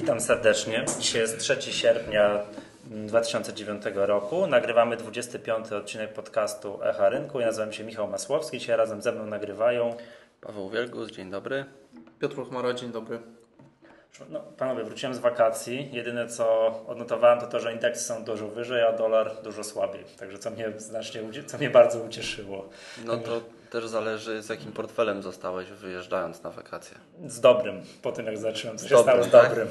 Witam serdecznie. Dzisiaj jest 3 sierpnia 2009 roku. Nagrywamy 25. odcinek podcastu Echa Rynku. Ja nazywam się Michał Masłowski. Dzisiaj razem ze mną nagrywają Paweł Wielgus, dzień dobry. Piotr Chmara, dzień dobry. No, panowie, wróciłem z wakacji. Jedyne co odnotowałem to, że indeksy są dużo wyżej, a dolar dużo słabiej. Także co mnie bardzo ucieszyło. No to też zależy, z jakim portfelem zostałeś wyjeżdżając na wakacje. Z dobrym, po tym jak zacząłem, co się stało z dobrym.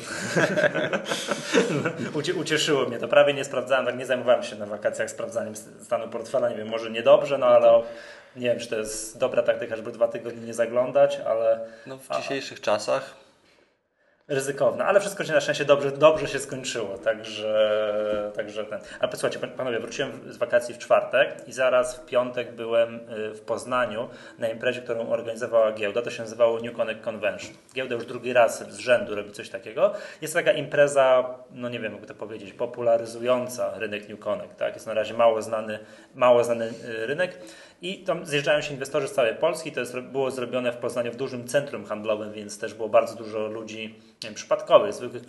Ucieszyło mnie to. Prawie nie sprawdzałem, tak nie zajmowałem się na wakacjach sprawdzaniem stanu portfela. Nie wiem, może niedobrze, no ale nie wiem, czy to jest dobra taktyka, żeby 2 tygodnie nie zaglądać, ale... No w dzisiejszych czasach... Ryzykowne, ale wszystko się na szczęście dobrze się skończyło, także ten. Ale posłuchajcie, panowie, wróciłem z wakacji w czwartek i zaraz w piątek byłem w Poznaniu na imprezie, którą organizowała giełda. To się nazywało New Connect Convention. Giełda już drugi raz z rzędu robi coś takiego. Jest to taka impreza, no nie wiem, jakby to powiedzieć, popularyzująca rynek New Connect. Tak? Jest na razie mało znany rynek. I tam zjeżdżają się inwestorzy z całej Polski. To było zrobione w Poznaniu w dużym centrum handlowym, więc też było bardzo dużo ludzi przypadkowych, zwykłych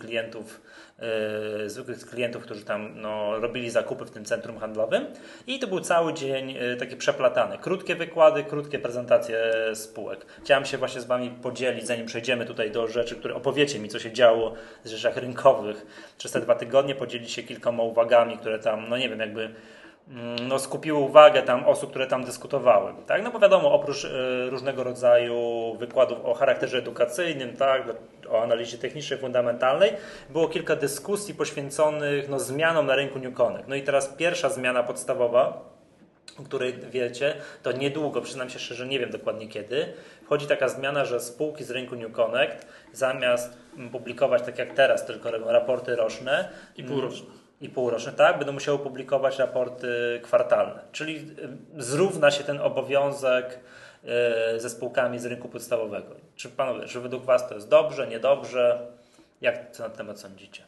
klientów, którzy tam robili zakupy w tym centrum handlowym. I to był cały dzień taki przeplatany. Krótkie wykłady, krótkie prezentacje spółek. Chciałem się właśnie z Wami podzielić, zanim przejdziemy tutaj do rzeczy, które opowiecie mi, co się działo w rzeczach rynkowych przez te 2 tygodnie, podzielić się kilkoma uwagami, które tam, skupiły uwagę tam osób, które tam dyskutowały. Tak? No bo wiadomo, oprócz różnego rodzaju wykładów o charakterze edukacyjnym, tak, o analizie technicznej, fundamentalnej, było kilka dyskusji poświęconych zmianom na rynku New Connect. No i teraz pierwsza zmiana podstawowa, o której wiecie, to niedługo, przyznam się szczerze, nie wiem dokładnie kiedy, wchodzi taka zmiana, że spółki z rynku New Connect zamiast publikować tak jak teraz, tylko robią raporty roczne i półroczne, tak, będą musiały publikować raporty kwartalne. Czyli zrówna się ten obowiązek ze spółkami z rynku podstawowego. Czy panowie, czy według Was to jest dobrze, niedobrze? Jak co na ten temat sądzicie?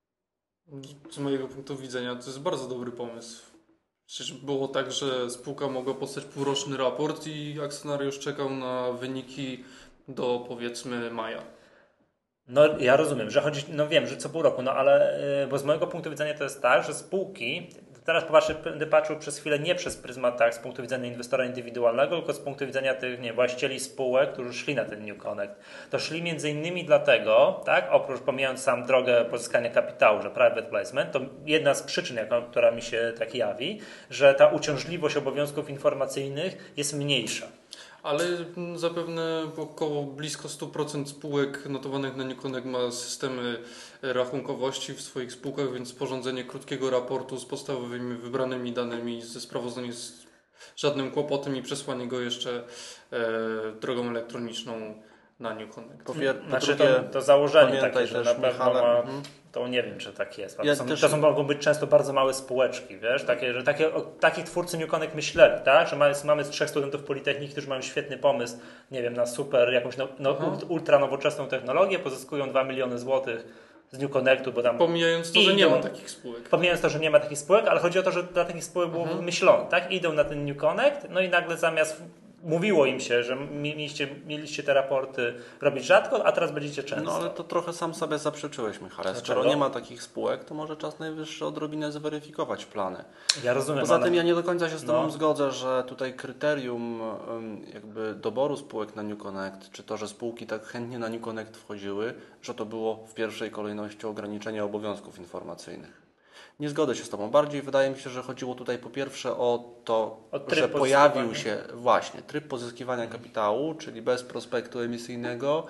Z mojego punktu widzenia to jest bardzo dobry pomysł. Przecież było tak, że spółka mogła postać półroczny raport i akcjonariusz czekał na wyniki do powiedzmy maja. No ja rozumiem, że chodzi, wiem, że co pół roku, ale bo z mojego punktu widzenia to jest tak, że spółki, teraz będę patrzył przez chwilę nie przez pryzmat tak z punktu widzenia inwestora indywidualnego, tylko z punktu widzenia tych właścicieli spółek, którzy szli na ten New Connect. To szli między innymi dlatego, tak, oprócz pomijając sam drogę pozyskania kapitału, że private placement, to jedna z przyczyn, która mi się tak jawi, że ta uciążliwość obowiązków informacyjnych jest mniejsza. Ale zapewne blisko 100% spółek notowanych na New Connect ma systemy rachunkowości w swoich spółkach, więc sporządzenie krótkiego raportu z podstawowymi wybranymi danymi ze sprawozdań jest żadnym kłopotem i przesłanie go jeszcze drogą elektroniczną na New Connect. To założenie takie, że na pewno ma... To nie wiem, czy tak jest. To mogą być często bardzo małe spółeczki, wiesz, że takich twórcy New Connect myśleli, tak? Że mamy z 3 studentów Politechniki, którzy mają świetny pomysł, nie wiem, na super, jakąś ultra nowoczesną technologię, pozyskują 2 miliony złotych z New Connectu, bo tam... Pomijając to, że nie ma takich spółek. Pomijając to, że nie ma takich spółek, ale chodzi o to, że dla takich spółek było wymyślone, tak? Idą na ten New Connect, no i nagle zamiast... Mówiło im się, że mieliście te raporty robić rzadko, a teraz będziecie często. No ale to trochę sam sobie zaprzeczyłeś, Michale. Skoro nie ma takich spółek, to może czas najwyższy odrobinę zweryfikować plany. Ja rozumiem. Poza tym ja nie do końca się z Tobą zgodzę, że tutaj kryterium jakby doboru spółek na New Connect, czy to, że spółki tak chętnie na New Connect wchodziły, że to było w pierwszej kolejności ograniczenie obowiązków informacyjnych. Nie zgodzę się z Tobą. Bardziej wydaje mi się, że chodziło tutaj po pierwsze o to, że pojawił się właśnie tryb pozyskiwania kapitału, czyli bez prospektu emisyjnego,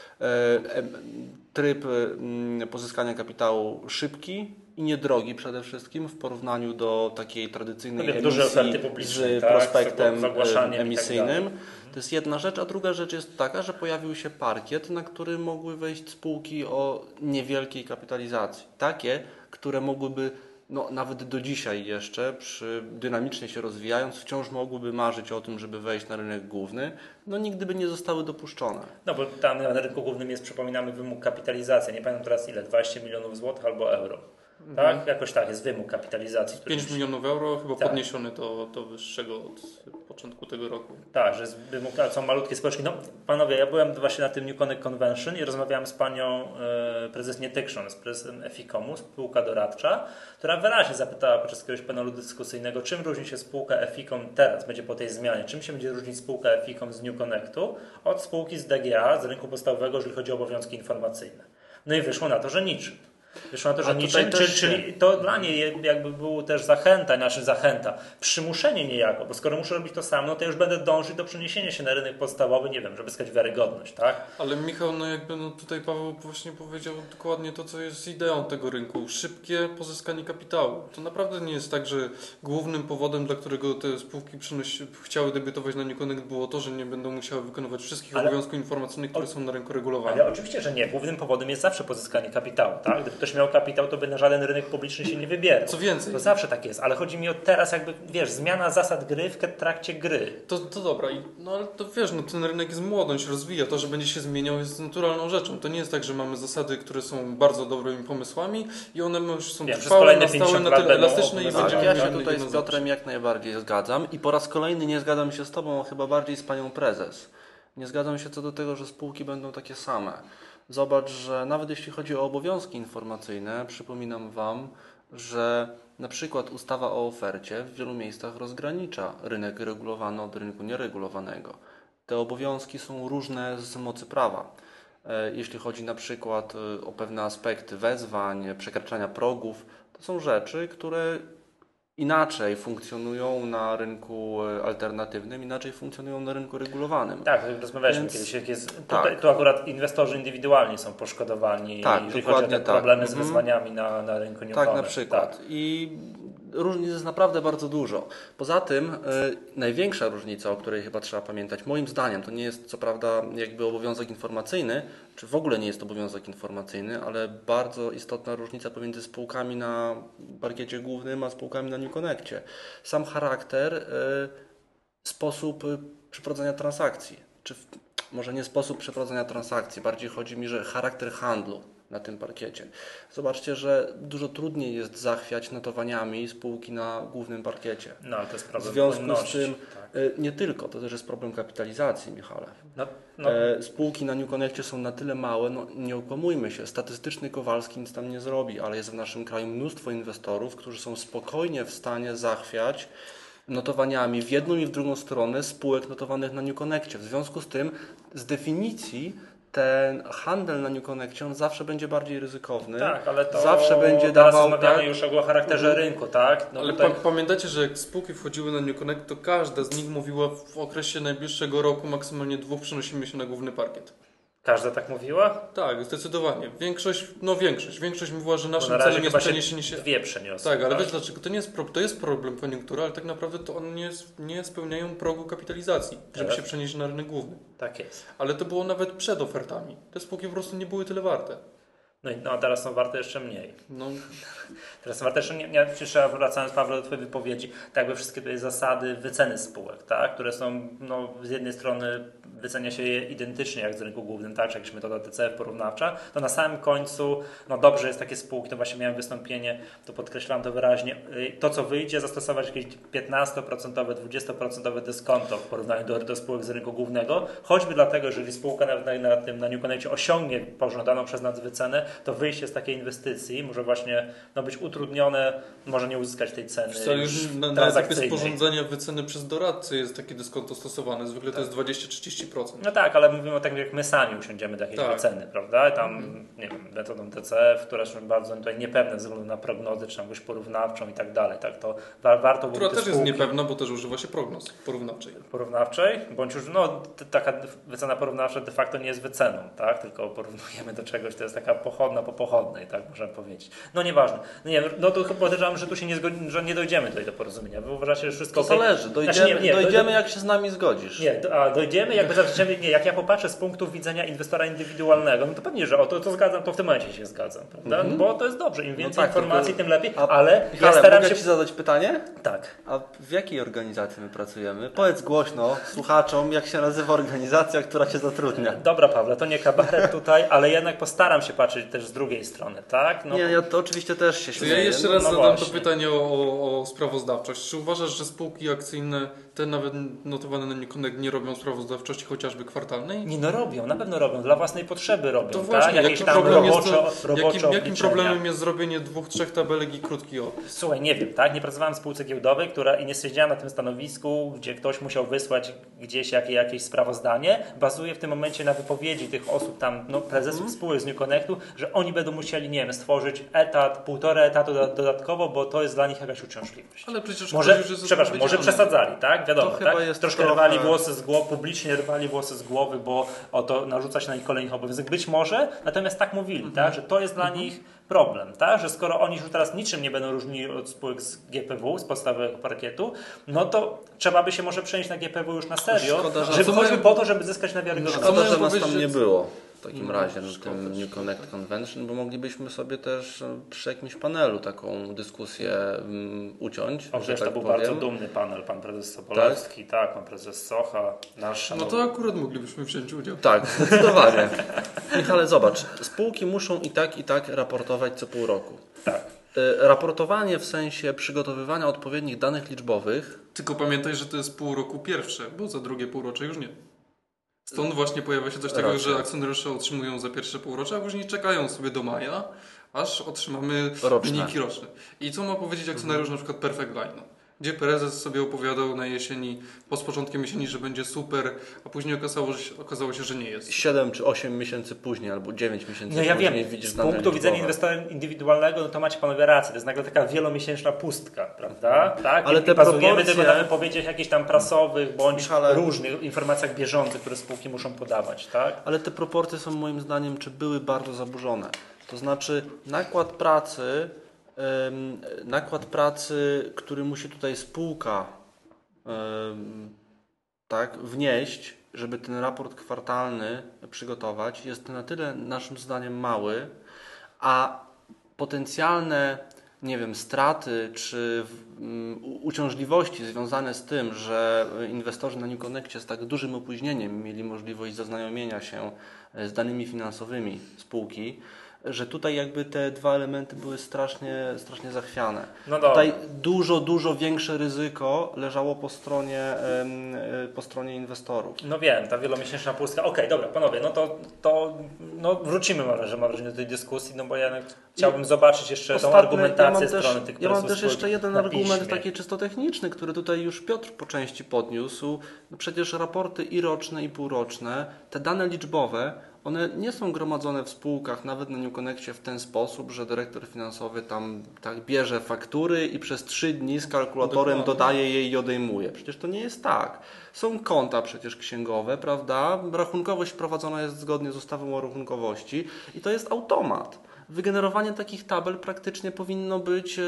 tryb pozyskania kapitału szybki i niedrogi przede wszystkim w porównaniu do takiej tradycyjnej emisji z prospektem emisyjnym. To jest jedna rzecz, a druga rzecz jest taka, że pojawił się parkiet, na który mogły wejść spółki o niewielkiej kapitalizacji. Takie, które mogłyby nawet do dzisiaj jeszcze, dynamicznie się rozwijając, wciąż mogłyby marzyć o tym, żeby wejść na rynek główny, nigdy by nie zostały dopuszczone. No bo tam na rynku głównym jest, przypominamy, wymóg kapitalizacji. Nie pamiętam teraz ile, 20 milionów złotych albo euro. Tak? Jakoś tak, jest wymóg kapitalizacji. 5 milionów euro, chyba podniesiony do wyższego od początku tego roku. Tak, że jest wymóg, są malutkie spółeczki. No panowie, ja byłem właśnie na tym New Connect Convention i rozmawiałem z panią prezes Nietykrzon, z prezesem Eficomu, spółka doradcza, która wyraźnie zapytała podczas jakiegoś panelu dyskusyjnego, czym różni się spółka Eficom teraz, będzie po tej zmianie, czym się będzie różnić spółka Eficom z New Connectu od spółki z DGA, z rynku podstawowego, jeżeli chodzi o obowiązki informacyjne. No i wyszło na to, że niczym. Wyszło na to, że niczym, czyli to dla niej jakby było też zachęta, przymuszenie niejako, bo skoro muszę robić to sam, no to już będę dążyć do przeniesienia się na rynek podstawowy, nie wiem, żeby zyskać wiarygodność, tak? Ale Michał, tutaj Paweł właśnie powiedział dokładnie to, co jest ideą tego rynku. Szybkie pozyskanie kapitału. To naprawdę nie jest tak, że głównym powodem, dla którego te spółki chciały debiutować na New Connect było to, że nie będą musiały wykonywać wszystkich obowiązków informacyjnych, które są na rynku regulowanym. Ale oczywiście, że nie. Głównym powodem jest zawsze pozyskanie kapitału, tak? Gdyby ktoś miał kapitał, to by na żaden rynek publiczny się nie wybierał. Co więcej. To zawsze tak jest, ale chodzi mi o teraz zmiana zasad gry w trakcie gry. To dobra, ale to ten rynek jest młody, on się rozwija, to, że będzie się zmieniał jest naturalną rzeczą. To nie jest tak, że mamy zasady, które są bardzo dobrymi pomysłami i one już są trwałe, na stałe, na tyle elastyczne i będziemy... Ja się tutaj z Piotrem jak najbardziej zgadzam i po raz kolejny nie zgadzam się z Tobą, a chyba bardziej z Panią Prezes. Nie zgadzam się co do tego, że spółki będą takie same. Zobacz, że nawet jeśli chodzi o obowiązki informacyjne, przypominam Wam, że na przykład ustawa o ofercie w wielu miejscach rozgranicza rynek regulowany od rynku nieregulowanego. Te obowiązki są różne z mocy prawa. Jeśli chodzi na przykład o pewne aspekty wezwań, przekraczania progów, to są rzeczy, które inaczej funkcjonują na rynku alternatywnym, inaczej funkcjonują na rynku regulowanym. Tak, rozmawialiśmy kiedyś, jak jest, tu akurat inwestorzy indywidualni są poszkodowani, jeżeli chodzi o te problemy z wezwaniami na rynku nieruchomym. Tak, na przykład. I różnic jest naprawdę bardzo dużo. Poza tym największa różnica, o której chyba trzeba pamiętać, moim zdaniem, to nie jest co prawda jakby obowiązek informacyjny, czy w ogóle nie jest obowiązek informacyjny, ale bardzo istotna różnica pomiędzy spółkami na parkiecie głównym, a spółkami na New Connectie. Sam charakter, sposób przeprowadzania transakcji, może nie sposób przeprowadzania transakcji, bardziej chodzi mi, że charakter handlu na tym parkiecie. Zobaczcie, że dużo trudniej jest zachwiać notowaniami spółki na głównym parkiecie. No, ale to jest problem. W związku z czym nie tylko, to też jest problem kapitalizacji, Michale. Spółki na New Connectie są na tyle małe, nie okłamujmy się, statystyczny Kowalski nic tam nie zrobi, ale jest w naszym kraju mnóstwo inwestorów, którzy są spokojnie w stanie zachwiać notowaniami w jedną i w drugą stronę spółek notowanych na New Connectie. W związku z tym z definicji ten handel na New Connectie on zawsze będzie bardziej ryzykowny. Tak, ale to zawsze będzie dawał. Rozmawiamy już o charakterze rynku, tak? Ale pamiętacie, że jak spółki wchodziły na New Connect, to każda z nich mówiła w okresie najbliższego roku maksymalnie 2 przenosimy się na główny parkiet. Każda tak mówiła? Tak, zdecydowanie. Większość mówiła, że naszym celem jest przeniesienie się... 2 przeniosły. Tak, ale wiesz dlaczego? To jest problem koniunktury, ale tak naprawdę to one nie spełniają progu kapitalizacji, żeby się przenieść na rynek główny. Tak jest. Ale to było nawet przed ofertami. Te spółki po prostu nie były tyle warte. No a teraz są warte jeszcze mniej. Teraz są warte jeszcze mniej. Ja jeszcze wracając, Paweł, do Twojej wypowiedzi, tak jakby wszystkie tutaj zasady wyceny spółek, tak, które są z jednej strony wycenia się je identycznie jak z rynku głównym, tak, czy jakaś metoda TCF porównawcza, to na samym końcu, dobrze jest takie spółki, to właśnie miałem wystąpienie, to podkreślam to wyraźnie, to co wyjdzie, zastosować jakieś 15%, 20% dyskonto w porównaniu do spółek z rynku głównego, choćby dlatego, jeżeli spółka na New Connectie osiągnie pożądaną przez nas wycenę, to wyjście z takiej inwestycji może właśnie być utrudnione, może nie uzyskać tej ceny już na etapie sporządzenia wyceny przez doradcę jest takie dyskonto stosowane, zwykle to jest 20-30%. No tak, ale mówimy o tym, jak my sami usiądziemy do jakiejś wyceny, prawda? Tam, nie wiem, metodą TCF, która jest bardzo tutaj niepewna ze względu na prognozy, czy jakąś porównawczą i tak dalej, tak? To warto która też jest niepewna, bo też używa się prognoz porównawczej, bądź już, taka wycena porównawcza de facto nie jest wyceną, tak? Tylko porównujemy do czegoś, to jest taka pochodna po pochodnej, tak możemy powiedzieć. Nieważne. To podejrzewam, że tu się że nie dojdziemy tutaj do porozumienia. Wy uważacie, że wszystko... To zależy. Dojdziemy jak się z nami zgodzisz. Dojdziemy, jak ja popatrzę z punktu widzenia inwestora indywidualnego, to pewnie, że to zgadzam, to w tym momencie się zgadzam, prawda? Bo to jest dobrze. Im więcej informacji, tym lepiej. Ale ja staram się... Ci zadać pytanie? Tak. A w jakiej organizacji my pracujemy? Powiedz głośno słuchaczom, jak się nazywa organizacja, która Cię zatrudnia. Dobra, Pawle, to nie kabaret tutaj, ale jednak postaram się patrzeć spojrzeć też z drugiej strony, tak? No, nie, ja to oczywiście też się śmieję. Ja jeszcze raz zadam to pytanie o sprawozdawczość. Czy uważasz, że spółki akcyjne, te nawet notowane na NewConnect, nie robią sprawozdawczości chociażby kwartalnej? Nie, no robią, na pewno robią, dla własnej potrzeby robią. To właśnie, tak? jakim problemem jest zrobienie 2-3 tabelek i krótki opis? Słuchaj, nie wiem, tak? Nie pracowałem w spółce giełdowej, i nie siedziałem na tym stanowisku, gdzie ktoś musiał wysłać gdzieś jakieś sprawozdanie. Bazuje w tym momencie na wypowiedzi tych osób tam, prezesów spółek z NewConnectu, że oni będą musieli, nie wiem, stworzyć etat, 1,5 etatu dodatkowo, bo to jest dla nich jakaś uciążliwość. Ale przecież może przesadzali, tak? Wiadomo, to tak? Jest troszkę rwali włosy z głowy, publicznie rwali włosy z głowy, bo oto narzuca się na nich kolejnych obowiązek. Być może, natomiast tak mówili, tak? Że to jest dla nich problem, tak? Że skoro oni już teraz niczym nie będą różnili od spółek z GPW, z podstawowego parkietu, no to trzeba by się może przenieść na GPW już na serio, żeby choćby po to, żeby zyskać na wiarygodność. Szkoda, że nas tam nie było w takim razie na tym NewConnect Convention, bo moglibyśmy sobie też przy jakimś panelu taką dyskusję uciąć. Przecież to był bardzo dumny panel, pan prezes Sobolewski, tak, pan prezes Socha, nasz No to akurat moglibyśmy wziąć udział. Tak, zdecydowanie. Michale, zobacz, spółki muszą i tak raportować co pół roku. Tak. Raportowanie w sensie przygotowywania odpowiednich danych liczbowych. Tylko pamiętaj, że to jest pół roku pierwsze, bo za drugie półrocze już nie. Stąd właśnie pojawia się coś takiego, że akcjonariusze otrzymują za pierwsze półrocze, a później czekają sobie do maja, aż otrzymamy wyniki roczne. I co ma powiedzieć akcjonariusz na przykład Perfect Line? Gdzie prezes sobie opowiadał na jesieni, z początkiem jesieni, że będzie super, a później okazało się, że nie jest. 7 czy 8 miesięcy później, albo 9 miesięcy później. Ja wiem, z punktu widzenia inwestora indywidualnego, no to macie panowie rację, to jest nagle taka wielomiesięczna pustka, prawda? Tak? Ale te bazujemy tylko na wypowiedziach jakichś tam prasowych, bądź różnych informacjach bieżących, które spółki muszą podawać, tak? Ale te proporcje są moim zdaniem, czy były bardzo zaburzone. To znaczy nakład pracy, który musi tutaj spółka wnieść, żeby ten raport kwartalny przygotować, jest na tyle naszym zdaniem mały, a potencjalne, nie wiem, straty czy uciążliwości związane z tym, że inwestorzy na NewConnectie z tak dużym opóźnieniem mieli możliwość zaznajomienia się z danymi finansowymi spółki, że tutaj jakby te dwa elementy były strasznie zachwiane. No tutaj dużo większe ryzyko leżało po stronie inwestorów. No wiem, ta wielomiesięczna pustka. Okej, dobra, panowie, no wrócimy mam wrażenie do tej dyskusji, no bo ja chciałbym zobaczyć jeszcze tą argumentację strony tych Ja mam też jeszcze jeden argument taki czysto techniczny, który tutaj już Piotr po części podniósł. No przecież raporty i roczne, i półroczne, te dane liczbowe, one nie są gromadzone w spółkach, nawet na NewConnectie w ten sposób, że dyrektor finansowy tam bierze faktury i przez 3 dni z kalkulatorem dodaje je i odejmuje. Przecież to nie jest tak. Są konta przecież księgowe, prawda? Rachunkowość prowadzona jest zgodnie z ustawą o rachunkowości i to jest automat. Wygenerowanie takich tabel praktycznie powinno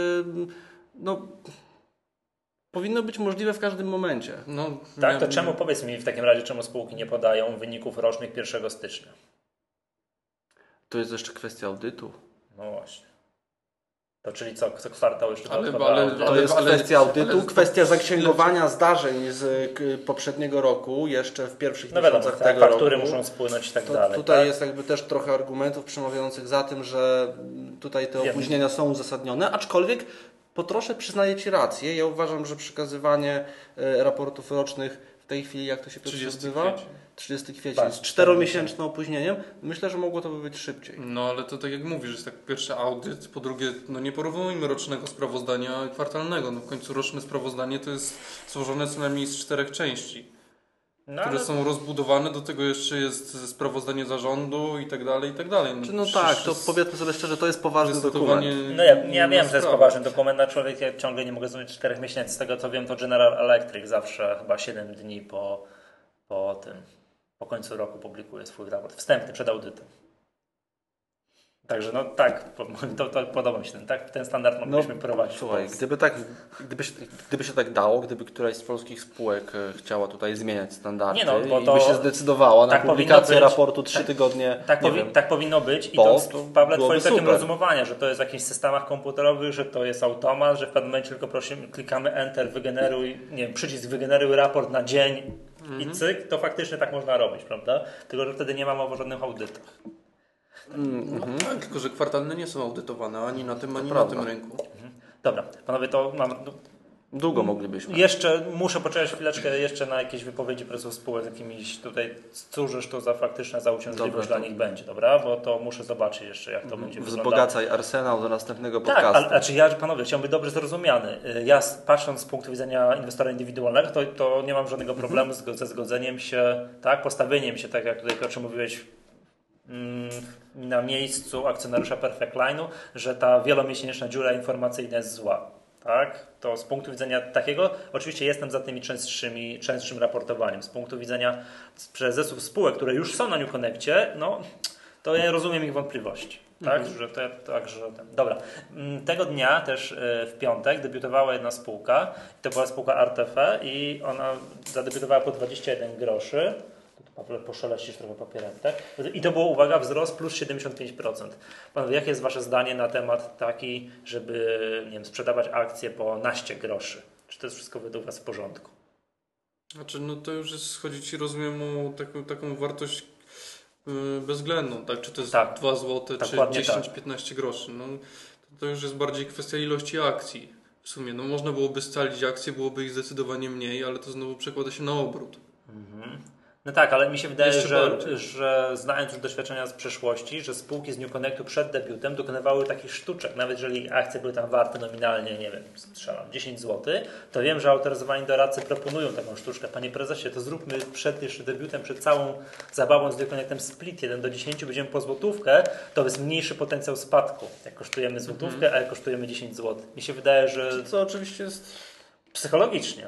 być możliwe w każdym momencie. To czemu, powiedz mi w takim razie, czemu spółki nie podają wyników rocznych 1 stycznia? To jest jeszcze kwestia audytu. No właśnie. To czyli co kwartał jeszcze to jest kwestia audytu, kwestia zaksięgowania zdarzeń z poprzedniego roku, jeszcze w pierwszych miesiącach tego roku. Faktury muszą spłynąć i tak dalej. Tutaj jest jakby też trochę argumentów przemawiających za tym, że tutaj te opóźnienia są uzasadnione, aczkolwiek po trosze przyznaję Ci rację. Ja uważam, że przekazywanie raportów rocznych w tej chwili, jak to się odbywa? 30 kwiecień z 4-miesięcznym opóźnieniem. Myślę, że mogło to być szybciej. No ale to tak jak mówisz, jest tak pierwszy audyt, po drugie, nie porównujmy rocznego sprawozdania kwartalnego. W końcu roczne sprawozdanie to jest złożone co najmniej z 4 części. Które są rozbudowane, do tego jeszcze jest sprawozdanie zarządu i tak dalej, i tak dalej. To powiedzmy sobie szczerze, to jest poważny dokument. Ja wiem, że jest poważny dokument, aczkolwiek ja ciągle nie mogę zrobić 4 miesięcy. Z tego co wiem, to General Electric zawsze chyba 7 dni po końcu roku publikuje swój raport wstępny przed audytem. Także to podoba mi się ten standard moglibyśmy prowadzić. Słuchaj, gdyby się tak dało, gdyby któraś z polskich spółek chciała tutaj zmieniać standardy i by się zdecydowała na publikację raportu 3 tygodnie. Tak powinno być i to Pawle, twoim takim rozumowania, że to jest w jakichś systemach komputerowych, że to jest automat, że w pewnym momencie tylko klikamy Enter, wygeneruj, przycisk wygeneruj raport na dzień i cyk, to faktycznie tak można robić, prawda? Tylko że wtedy nie ma mowy o żadnych audytach. Tak, tylko że kwartalne nie są audytowane ani na tym, ani na tym rynku. Dobra, panowie, to mam... Długo moglibyśmy. Jeszcze muszę poczekać chwileczkę jeszcze na jakieś wypowiedzi prezesów spółek z jakimiś tutaj, cóż to za faktyczna za uciążliwość dla nich będzie, dobra? Bo to muszę zobaczyć jeszcze, jak to będzie wyglądało. Wzbogacaj arsenał do następnego podcastu. Tak, znaczy ja, panowie, chciałbym być dobrze zrozumiany. Ja patrząc z punktu widzenia inwestora indywidualnego, to nie mam żadnego problemu ze zgodzeniem się, tak, postawieniem się, tak jak tutaj Piotrze mówiłeś, na miejscu akcjonariusza Perfect Line'u, że ta wielomiesięczna dziura informacyjna jest zła. Tak? To z punktu widzenia takiego, oczywiście jestem za tymi częstszym raportowaniem. Z punktu widzenia prezesów spółek, które już są na New Connectie, no to ja rozumiem ich wątpliwości. Tak? Dobra. Tego dnia też w piątek debiutowała jedna spółka. To była spółka RTV i ona zadebiutowała po 21 groszy. Poszeleścisz trochę papierami, tak? I to było, uwaga, wzrost plus 75%. Panowie, jakie jest wasze zdanie na temat taki, żeby, nie wiem, sprzedawać akcje po 11 groszy? Czy to jest wszystko według was w porządku? Znaczy, no to już jest, chodzi ci, rozumiem, o taką wartość bezwzględną, tak? Czy to jest 2 zł, czy 10-15 groszy. No, to już jest bardziej kwestia ilości akcji. W sumie, no można byłoby scalić akcje, byłoby ich zdecydowanie mniej, ale to znowu przekłada się na obrót. No tak, ale mi się wydaje, że znając już doświadczenia z przeszłości, że spółki z New Connectu przed debiutem dokonywały takich sztuczek, nawet jeżeli akcje były tam warte nominalnie, nie wiem, strzelam, 10 zł, to wiem, że autoryzowani doradcy proponują taką sztuczkę. Panie prezesie, to zróbmy przed jeszcze debiutem, przed całą zabawą z New Connectem split 1 do 10, będziemy po złotówkę, to jest mniejszy potencjał spadku, jak kosztujemy złotówkę, a jak kosztujemy 10 zł. Mi się wydaje, że... Co oczywiście jest... Psychologicznie.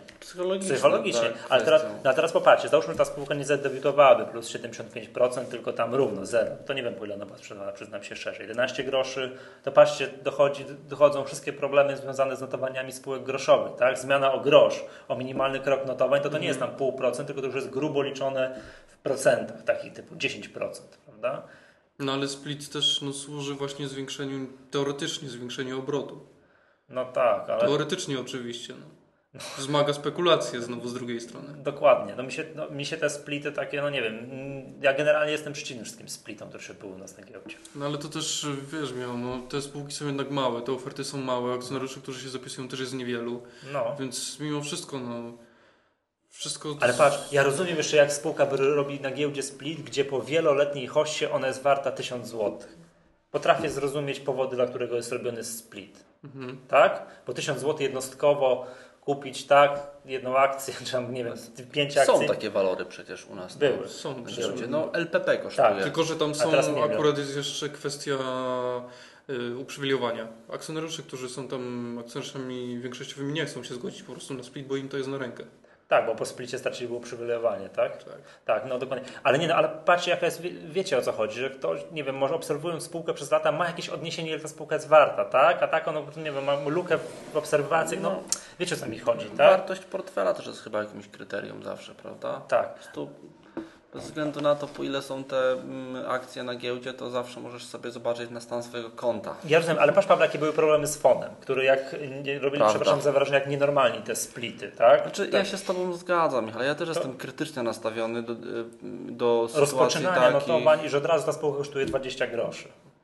Tak, ale teraz popatrzcie, załóżmy, że ta spółka nie zadebiutowałaby plus 75%, tylko tam równo, zero. To nie wiem, po ile ona była sprzedana, przyznam się szczerze. 11 groszy, to patrzcie, dochodzą wszystkie problemy związane z notowaniami spółek groszowych. Tak? Zmiana o grosz, o minimalny krok notowań, to nie jest tam 0,5%, tylko to już jest grubo liczone w procentach, takich typu 10%, prawda? No ale split też służy właśnie teoretycznie zwiększeniu obrotu. No tak, ale... Teoretycznie oczywiście, Wzmaga spekulacje znowu z drugiej strony. Dokładnie. Mi się te splity takie, nie wiem, ja generalnie jestem przeciwny wszystkim splitom, które się były u nas na giełdzie. No ale to też, wiesz, te spółki są jednak małe, te oferty są małe, akcjonariuszy, którzy się zapisują, też jest niewielu. Więc mimo wszystko, wszystko... Ale patrz, ja rozumiem jeszcze, jak spółka robi na giełdzie split, gdzie po wieloletniej hoście ona jest warta 1000 zł. Potrafię zrozumieć powody, dla którego jest robiony split. Tak? Bo 1000 zł jednostkowo kupić, tak, jedną akcję, czy tam, nie wiem, 5 akcji. Są takie walory przecież u nas. Były. Są. LPP kosztuje. Tak, tylko że tam akurat jest jeszcze kwestia uprzywilejowania. Akcjonariusze, którzy są tam akcjonariuszami większościowymi, nie chcą się zgodzić po prostu na split, bo im to jest na rękę. Tak, bo po splicie stracili było uprzywilejowanie, tak? Tak, no dokładnie. Ale patrzcie, jaka jest, wiecie o co chodzi, że ktoś, nie wiem, może obserwując spółkę przez lata, ma jakieś odniesienie, ile ta spółka jest warta, tak? A tak ono, nie wiem, ma lukę w obserwacji, wiecie o co mi chodzi, tak? Wartość portfela też jest chyba jakimś kryterium zawsze, prawda? Tak. Bez względu na to, po ile są te akcje na giełdzie, to zawsze możesz sobie zobaczyć na stan swojego konta. Ja rozumiem, ale patrz, Paweł, jakie były problemy z fonem, który robili, przepraszam za wrażenie, jak nienormalni te splity, tak? Znaczy, ja się z Tobą zgadzam, Michał. Ja też jestem krytycznie nastawiony do sytuacji rozpoczynania notowań i że od razu ta spółka kosztuje 20 groszy.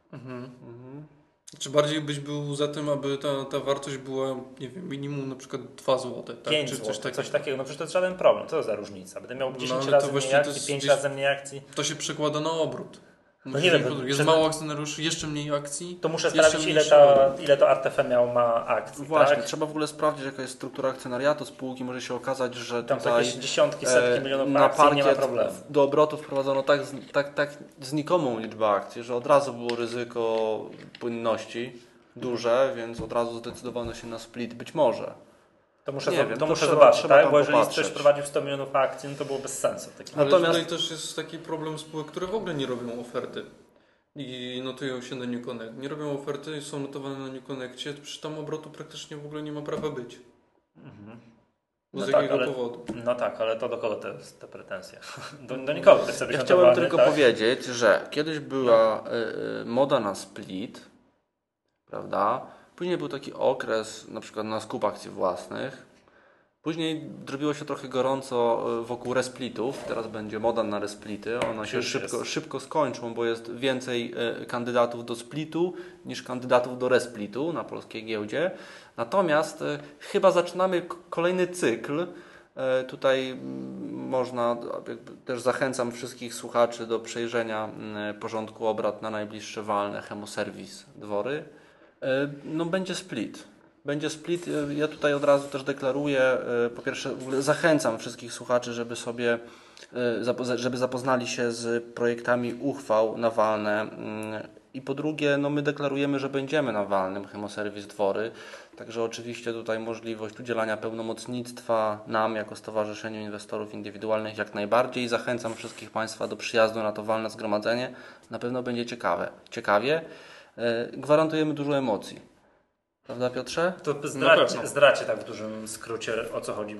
Czy bardziej byś był za tym, aby ta wartość była, nie wiem, minimum na przykład 2 zł, tak? 5 zł, coś takiego. No przecież to jest żaden problem. Co to za różnica? Będę miał 10 razy mniej akcji, 5 razy mniej akcji. To się przekłada na obrót. No nie wiem, jest mało akcjonariuszy, jeszcze mniej akcji. To muszę sprawdzić, ile to RTV ma akcji. Właśnie, tak? trzeba w ogóle sprawdzić, jaka jest struktura akcjonariatu spółki. Może się okazać, że tam tutaj jakieś dziesiątki, setki milionów akcji, nie ma problemu. Do obrotu wprowadzono tak znikomą liczbę akcji, że od razu było ryzyko płynności duże, więc od razu zdecydowano się na split. Być może. To muszę zobaczyć, tak? Bo jeżeli ktoś prowadził 100 milionów akcji, no to było bez sensu. Natomiast tutaj też jest taki problem spółek, które w ogóle nie robią oferty i notują się na New Connect. Nie robią oferty i są notowane na New Connectie, przy tam obrotu praktycznie w ogóle nie ma prawa być. Z jakiego powodu? No tak, ale to do kogo te pretensje? Do nikogo. Ja chciałem tylko powiedzieć, że kiedyś była moda na split, prawda? Później był taki okres, na przykład na skup akcji własnych. Później zrobiło się trochę gorąco wokół resplitów. Teraz będzie moda na resplity. One się szybko skończą, bo jest więcej kandydatów do splitu niż kandydatów do resplitu na polskiej giełdzie. Natomiast chyba zaczynamy kolejny cykl. Tutaj można, też zachęcam wszystkich słuchaczy do przejrzenia porządku obrad na najbliższe walne Chemoserwis Dwory. No będzie split. Będzie split. Ja tutaj od razu też deklaruję, po pierwsze w ogóle zachęcam wszystkich słuchaczy, żeby zapoznali się z projektami uchwał na walne. I po drugie, no my deklarujemy, że będziemy na walnym Chemoserwis Dwory. Także oczywiście tutaj możliwość udzielania pełnomocnictwa nam jako Stowarzyszeniu Inwestorów Indywidualnych jak najbardziej. Zachęcam wszystkich Państwa do przyjazdu na to walne zgromadzenie. Na pewno będzie ciekawie. Gwarantujemy dużo emocji. Prawda, Piotrze? To zdradźcie tak w dużym skrócie, o co chodzi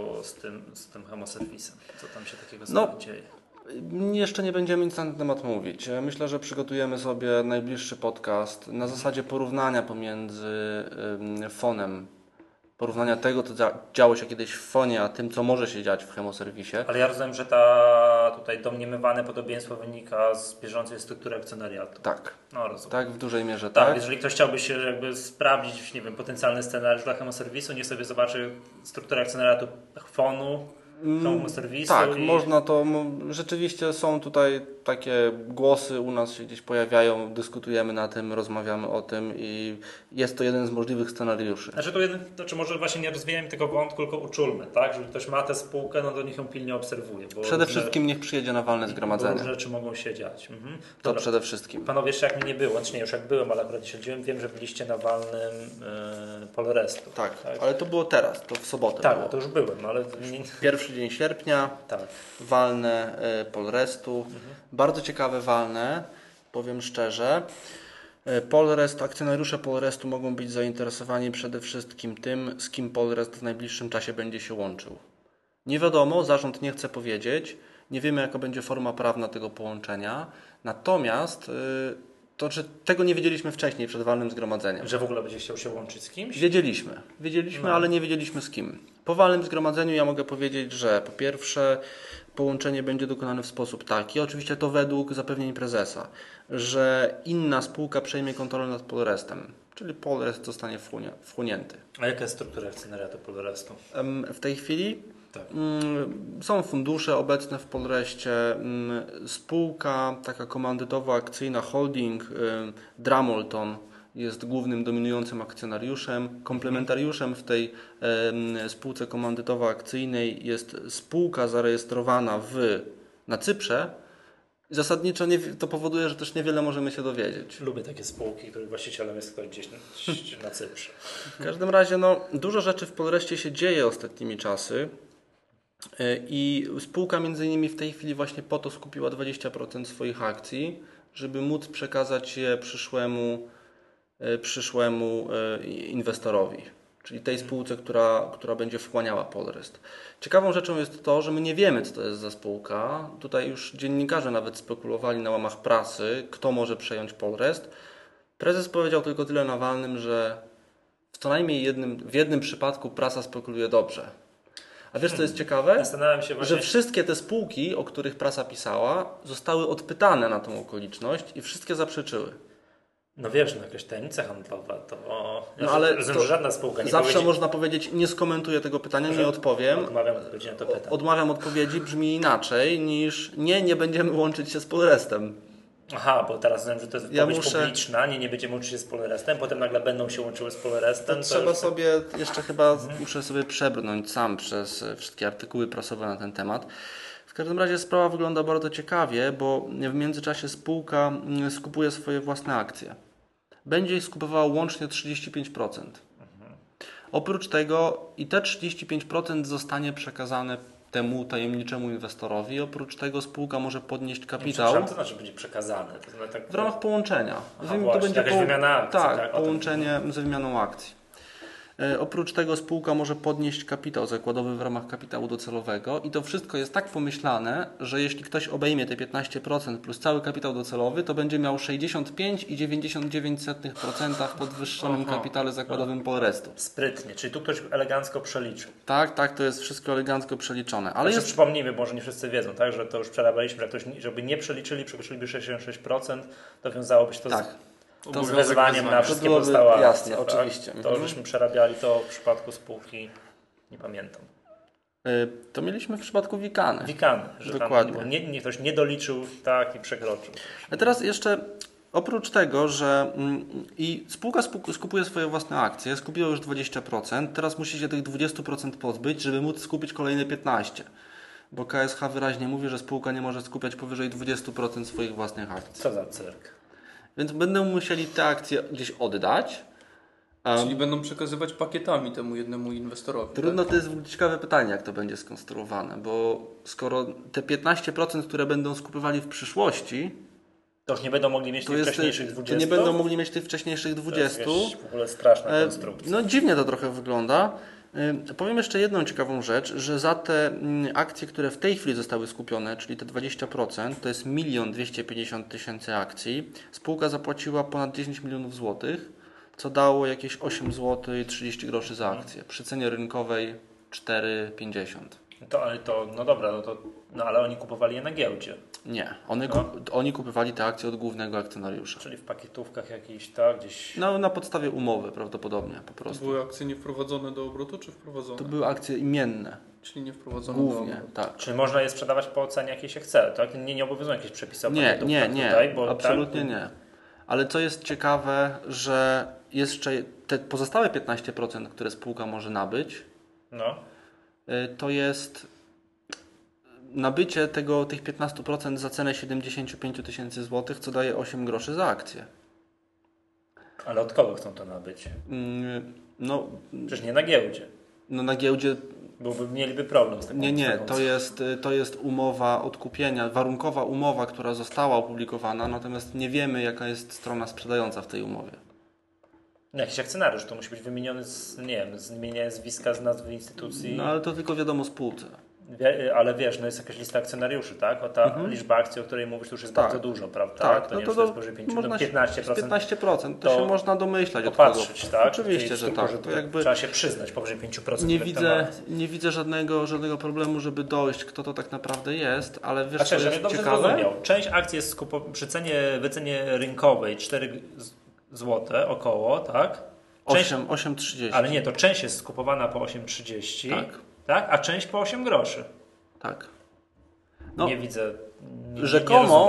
z tym Chemoserwisem. Co tam się takiego dzieje? Jeszcze nie będziemy nic na ten temat mówić. Myślę, że przygotujemy sobie najbliższy podcast na zasadzie porównania pomiędzy fonem, porównania tego, co działo się kiedyś w fonie, a tym, co może się dziać w Chemoserwisie. Ale ja rozumiem, że tutaj domniemywane podobieństwo wynika z bieżącej struktury akcjonariatu. Tak. No, rozumiem. Tak, w dużej mierze tak. Jeżeli ktoś chciałby się sprawdzić, nie wiem, potencjalny scenariusz dla Chemoserwisu, niech sobie zobaczy strukturę akcjonariatu fonu, Chemoserwisu. Tak, można to. Rzeczywiście są tutaj takie głosy, u nas się gdzieś pojawiają, dyskutujemy na tym, rozmawiamy o tym i jest to jeden z możliwych scenariuszy. Znaczy może właśnie nie rozwijajmy tego wątku, tylko uczulmy, tak? Jeżeli ktoś ma tę spółkę, no to niech ją pilnie obserwuje. Przede wszystkim niech przyjedzie na walne zgromadzenie. Różne rzeczy mogą się dziać. To przede wszystkim. Panowie, jeszcze jak mnie nie było, już jak byłem, ale akurat śledziłem, wiem, że byliście na walnym Polrestu. Tak, ale to było teraz, to w sobotę tak, było. to już byłem, ale... Pierwszy dzień sierpnia, tak. Walne Polrestu. Bardzo ciekawe walne, powiem szczerze. Polrest, akcjonariusze Polrestu mogą być zainteresowani przede wszystkim tym, z kim Polrest w najbliższym czasie będzie się łączył. Nie wiadomo, zarząd nie chce powiedzieć, nie wiemy jaka będzie forma prawna tego połączenia, natomiast tego nie wiedzieliśmy wcześniej przed walnym zgromadzeniem. Że w ogóle będzie chciał się łączyć z kimś? Wiedzieliśmy, ale nie wiedzieliśmy z kim. Po walnym zgromadzeniu ja mogę powiedzieć, że po pierwsze połączenie będzie dokonane w sposób taki, oczywiście to według zapewnień prezesa, że inna spółka przejmie kontrolę nad Polrestem, czyli Polrest zostanie wchłonięty. A jaka jest struktura akcjonariatu Polrestu? W tej chwili tak. Są fundusze obecne w Polreście, spółka taka komandytowo-akcyjna holding Dramolton jest głównym dominującym akcjonariuszem. Komplementariuszem w tej spółce komandytowo-akcyjnej jest spółka zarejestrowana na Cyprze. Zasadniczo to powoduje, że też niewiele możemy się dowiedzieć. Lubię takie spółki, których właścicielem jest ktoś gdzieś na Cyprze. W każdym razie dużo rzeczy w Polreście się dzieje ostatnimi czasy i spółka między innymi w tej chwili właśnie po to skupiła 20% swoich akcji, żeby móc przekazać je przyszłemu inwestorowi, czyli tej spółce, która będzie wchłaniała Polrest. Ciekawą rzeczą jest to, że my nie wiemy, co to jest za spółka. Tutaj już dziennikarze nawet spekulowali na łamach prasy, kto może przejąć Polrest. Prezes powiedział tylko tyle na walnym, że co najmniej w jednym przypadku prasa spekuluje dobrze. A wiesz, co jest ciekawe? Zastanawiam się właśnie, że wszystkie te spółki, o których prasa pisała, zostały odpytane na tą okoliczność i wszystkie zaprzeczyły. No wiesz, jakaś tajemnica handlowa, ale żadna spółka nie zawsze można powiedzieć, nie skomentuję tego pytania, nie odpowiem. Odmawiam odpowiedzi na to pytanie. Odmawiam odpowiedzi brzmi inaczej niż nie będziemy łączyć się z Polrestem. Aha, bo teraz wiem, że to jest wypowiedź publiczna, nie będziemy łączyć się z Polrestem, potem nagle będą się łączyły z Polrestem. Muszę sobie przebrnąć sam przez wszystkie artykuły prasowe na ten temat. W każdym razie sprawa wygląda bardzo ciekawie, bo w międzyczasie spółka skupuje swoje własne akcje. Będzie ich skupowała łącznie 35%. Oprócz tego i te 35% zostanie przekazane temu tajemniczemu inwestorowi. Oprócz tego spółka może podnieść kapitał. Co to znaczy będzie przekazane? W ramach połączenia. To będzie wymiana akcji. Tak, połączenie z wymianą akcji. Oprócz tego spółka może podnieść kapitał zakładowy w ramach kapitału docelowego i to wszystko jest tak pomyślane, że jeśli ktoś obejmie te 15% plus cały kapitał docelowy, to będzie miał 65,99% w podwyższonym kapitale zakładowym Polrestu. Sprytnie, czyli tu ktoś elegancko przeliczył. Tak, to jest wszystko elegancko przeliczone. Ale znaczy, przypomnijmy, może nie wszyscy wiedzą, tak, że to już przerabialiśmy, że ktoś, żeby nie przekroczyliby 66%, to wiązałoby się to z wezwaniem na wszystkie pozostałe akcje. Jasne, oczywiście. To żeśmy przerabiali to w przypadku spółki, nie pamiętam. To mieliśmy w przypadku Wikany. Że dokładnie. Tam ktoś nie doliczył i przekroczył. A teraz jeszcze oprócz tego, że i spółka skupuje swoje własne akcje, skupiła już 20%, teraz musi się tych 20% pozbyć, żeby móc skupić kolejne 15%. Bo KSH wyraźnie mówi, że spółka nie może skupiać powyżej 20% swoich własnych akcji. Co za cyrk. Więc będą musieli te akcje gdzieś oddać. Czyli będą przekazywać pakietami temu jednemu inwestorowi. Trudno, tak? To jest ciekawe pytanie, jak to będzie skonstruowane, bo skoro te 15%, które będą skupywali w przyszłości, to już nie będą mogli mieć tych wcześniejszych 20%? To nie będą mogli mieć tych wcześniejszych 20%. To jest w ogóle straszna konstrukcja. No dziwnie to trochę wygląda. Powiem jeszcze jedną ciekawą rzecz, że za te akcje, które w tej chwili zostały skupione, czyli te 20%, to jest 1 250 000 akcji, spółka zapłaciła ponad 10 milionów złotych, co dało jakieś 8 zł i 30 groszy za akcję. Przy cenie rynkowej 4,50. Ale oni kupowali je na giełdzie. Nie, oni kupowali te akcje od głównego akcjonariusza. Czyli w pakietówkach jakichś, tak? Gdzieś... No, na podstawie umowy prawdopodobnie po prostu. To były akcje nie wprowadzone do obrotu, czy wprowadzone? To były akcje imienne. Czyli nie wprowadzone głównie, do obrotu. tak. Czyli można je sprzedawać po ocenie, jakiej się chce, tak? Nie obowiązują jakieś przepisy o pakietówkach Nie, tutaj, bo absolutnie nie. Ale co jest ciekawe, że jeszcze te pozostałe 15%, które spółka może nabyć, to jest nabycie tych 15% za cenę 75 000 złotych, co daje 8 groszy za akcję. Ale od kogo chcą to nabyć? Przecież nie na giełdzie. No na giełdzie mieliby problem z taką Nie, to jest umowa odkupienia, warunkowa umowa, która została opublikowana, natomiast nie wiemy, jaka jest strona sprzedająca w tej umowie. Jakiś akcjonariusz, to musi być wymieniony z imienia, nazwiska, z nazwy instytucji. No ale to tylko wiadomo spółce. Ale wiesz, jest jakaś lista akcjonariuszy, tak? Liczba akcji, o której mówisz, to już jest bardzo dużo, prawda? Tak, to nie jest powyżej 15%. To się można domyślać. Popatrzeć, tak? Oczywiście, że tak. To trzeba się przyznać powyżej 5%. Nie widzę żadnego problemu, żeby dojść, kto to tak naprawdę jest, ale wiesz, co jest dobrze ciekawe? Zrozumiał. Część akcji jest przy wycenie rynkowej 4 zł około, tak? 8,30. Ale nie, to część jest skupowana po 8,30. Tak? A część po 8 groszy. Tak. Nie widzę. Rzekomo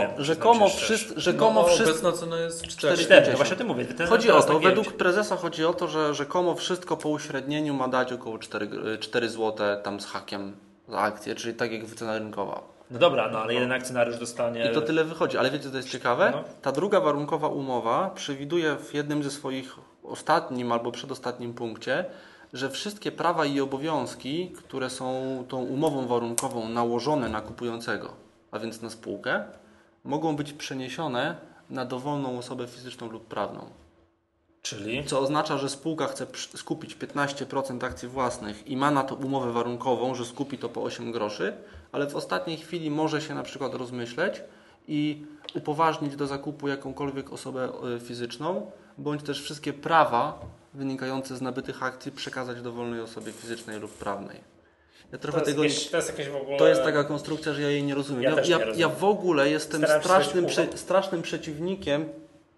obecna cena jest 4,4. No właśnie o tym mówię. Chodzi o to, według prezesa chodzi o to, że rzekomo wszystko po uśrednieniu ma dać około 4 zł tam z hakiem za akcję, czyli tak jak wycena rynkowa. No dobra, ale jeden akcjonariusz dostanie... I to tyle wychodzi, ale wiecie co jest ciekawe? Ta druga warunkowa umowa przewiduje w jednym ze swoich ostatnim albo przedostatnim punkcie, że wszystkie prawa i obowiązki, które są tą umową warunkową nałożone na kupującego, a więc na spółkę, mogą być przeniesione na dowolną osobę fizyczną lub prawną. Czyli? Co oznacza, że spółka chce skupić 15% akcji własnych i ma na to umowę warunkową, że skupi to po 8 groszy, ale w ostatniej chwili może się na przykład rozmyśleć i upoważnić do zakupu jakąkolwiek osobę fizyczną, bądź też wszystkie prawa wynikające z nabytych akcji przekazać dowolnej osobie fizycznej lub prawnej. Ja trochę to jest taka konstrukcja, że ja jej nie rozumiem. Ja w ogóle jestem strasznym przeciwnikiem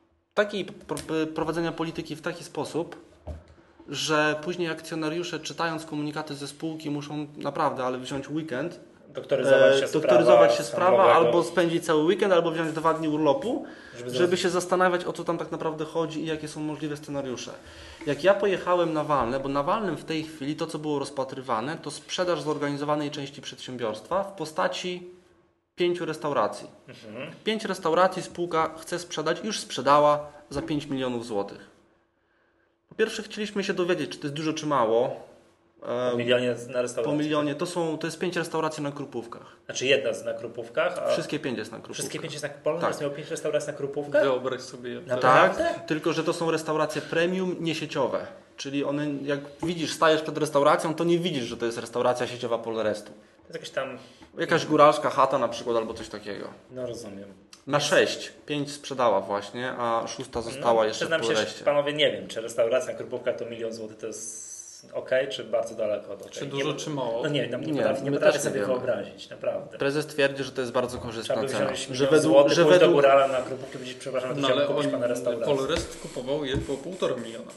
prowadzenia polityki w taki sposób, że później akcjonariusze, czytając komunikaty ze spółki, muszą naprawdę wziąć weekend, doktoryzować się sprawa, albo spędzić cały weekend, albo wziąć 2 dni urlopu, żeby się zastanawiać, o co tam tak naprawdę chodzi i jakie są możliwe scenariusze. Jak ja pojechałem na Walne, bo na Walnym w tej chwili to, co było rozpatrywane, to sprzedaż zorganizowanej części przedsiębiorstwa w postaci 5 restauracji. 5 restauracji spółka chce sprzedać, już sprzedała za 5 milionów złotych. Po pierwsze chcieliśmy się dowiedzieć, czy to jest dużo, czy mało. Po milionie na restaurację? Po milionie. To jest 5 restauracji na Krupówkach. Znaczy jedna na Krupówkach? A... Wszystkie 5 jest na Krupówkach. Wszystkie 5 jest na Krupówkach? Tak. Miał 5 restauracji na Krupówkach? Wyobraź sobie. Tak, tylko że to są restauracje premium, niesieciowe. Czyli one, jak widzisz, stajesz przed restauracją, to nie widzisz, że to jest restauracja sieciowa Polrestu. To jest jakaś tam... Jakaś góralska chata na przykład, albo coś takiego. No rozumiem. Na 6. 5 sprzedała właśnie, a 6 została jeszcze w Polreście. Przyznam się, panowie, nie wiem, czy restauracja na Krupówkach to 1 000 000 złotych to jest czy bardzo daleko od Czy dużo, czy mało? No nie potrafię sobie wyobrazić, naprawdę. Prezes twierdzi, że to jest bardzo korzystna cena. Że według do górala na Krupówki powiedzieć, przepraszam, ale kupić pana restaurację. Polrest kupował je po 1,5 miliona.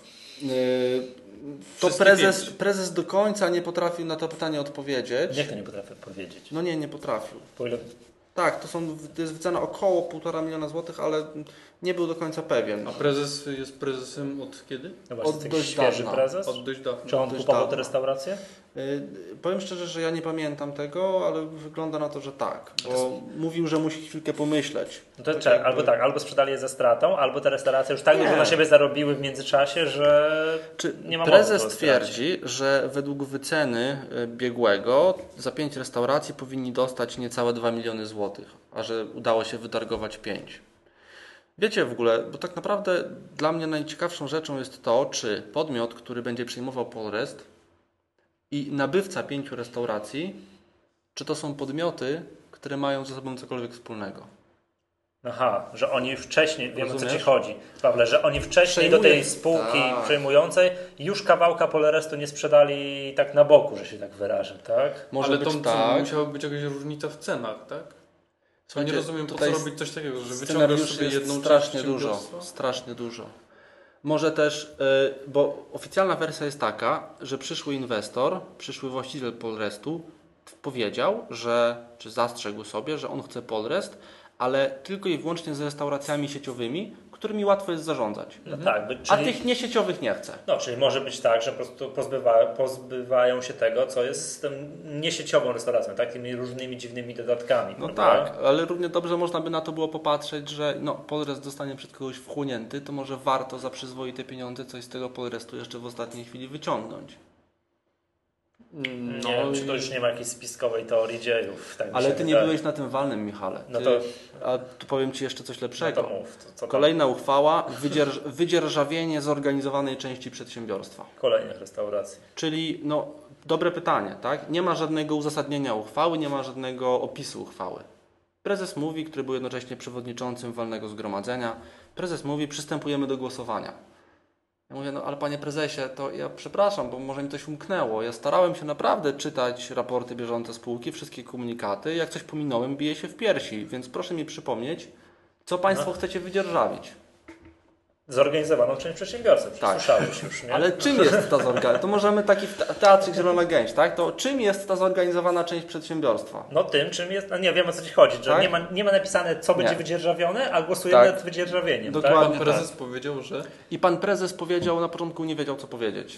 To prezes do końca nie potrafił na to pytanie odpowiedzieć. Jak to nie potrafię odpowiedzieć? No nie potrafił. Po ile? Tak, to jest cena około 1,5 miliona złotych, ale nie był do końca pewien. A prezes jest prezesem od kiedy? No właśnie, od dość dawna. Prezes? Od dość dawna. Czy on kupował te restauracje? Powiem szczerze, że ja nie pamiętam tego, ale wygląda na to, że tak. Bo mówił, że musi chwilkę pomyśleć. No to albo sprzedali je ze stratą, albo te restauracje już tak dużo na siebie zarobiły w międzyczasie, że nie ma prezes twierdzi, że według wyceny biegłego za 5 restauracji powinni dostać niecałe 2 miliony złotych, a że udało się wytargować 5. Wiecie w ogóle, bo tak naprawdę dla mnie najciekawszą rzeczą jest to, czy podmiot, który będzie przejmował Polrest i nabywca 5 restauracji, czy to są podmioty, które mają ze sobą cokolwiek wspólnego. Aha, że oni wcześniej, wiem o co Ci chodzi, Pawle, że oni wcześniej do tej spółki przejmującej już kawałka Polrestu nie sprzedali tak na boku, że się tak wyrażę, tak? Może ale to musiała być jakaś różnica w cenach, tak? Nie rozumiem, po co robić coś takiego, że wyciągasz sobie jedną strasznie dużo. Może też, bo oficjalna wersja jest taka, że przyszły właściciel Polrestu powiedział, czy zastrzegł sobie, że on chce Polrest, ale tylko i wyłącznie z restauracjami sieciowymi, którymi łatwo jest zarządzać. No tak, a tych niesieciowych nie chce. No, czyli może być tak, że po prostu pozbywają się tego, co jest z tą niesieciową restauracją, tak? Tymi różnymi dziwnymi dodatkami. No prawda? Tak, ale równie dobrze można by na to było popatrzeć, że Polrest zostanie przed kogoś wchłonięty, to może warto za przyzwoite pieniądze coś z tego Polrestu jeszcze w ostatniej chwili wyciągnąć. Nie wiem, czy to już nie ma jakiejś spiskowej teorii dziejów. Tak ale ty nie byłeś na tym walnym, Michale. A tu powiem Ci jeszcze coś lepszego. No to mów, Kolejna uchwała, wydzierżawienie zorganizowanej części przedsiębiorstwa. Kolejnych restauracji. Czyli, dobre pytanie, tak? Nie ma żadnego uzasadnienia uchwały, nie ma żadnego opisu uchwały. Prezes mówi, który był jednocześnie przewodniczącym walnego zgromadzenia, prezes mówi, przystępujemy do głosowania. Ja mówię, ale panie prezesie, to ja przepraszam, bo może mi coś umknęło. Ja starałem się naprawdę czytać raporty bieżące spółki, wszystkie komunikaty. Jak coś pominąłem, biję się w piersi. Więc proszę mi przypomnieć, co państwo chcecie wydzierżawić. Zorganizowaną część przedsiębiorców. Tak. Słyszałeś już, nie? Ale czym jest ta zorganizowana? To możemy taki w Teatrze Zielona Gęś, tak? To czym jest ta zorganizowana część przedsiębiorstwa? No tym, czym jest... No nie wiem, o co Ci chodzi. Że tak? nie ma napisane, co będzie wydzierżawione, a głosujemy nad wydzierżawieniem. Dokładnie. Pan prezes powiedział, że... I pan prezes powiedział, na początku nie wiedział, co powiedzieć.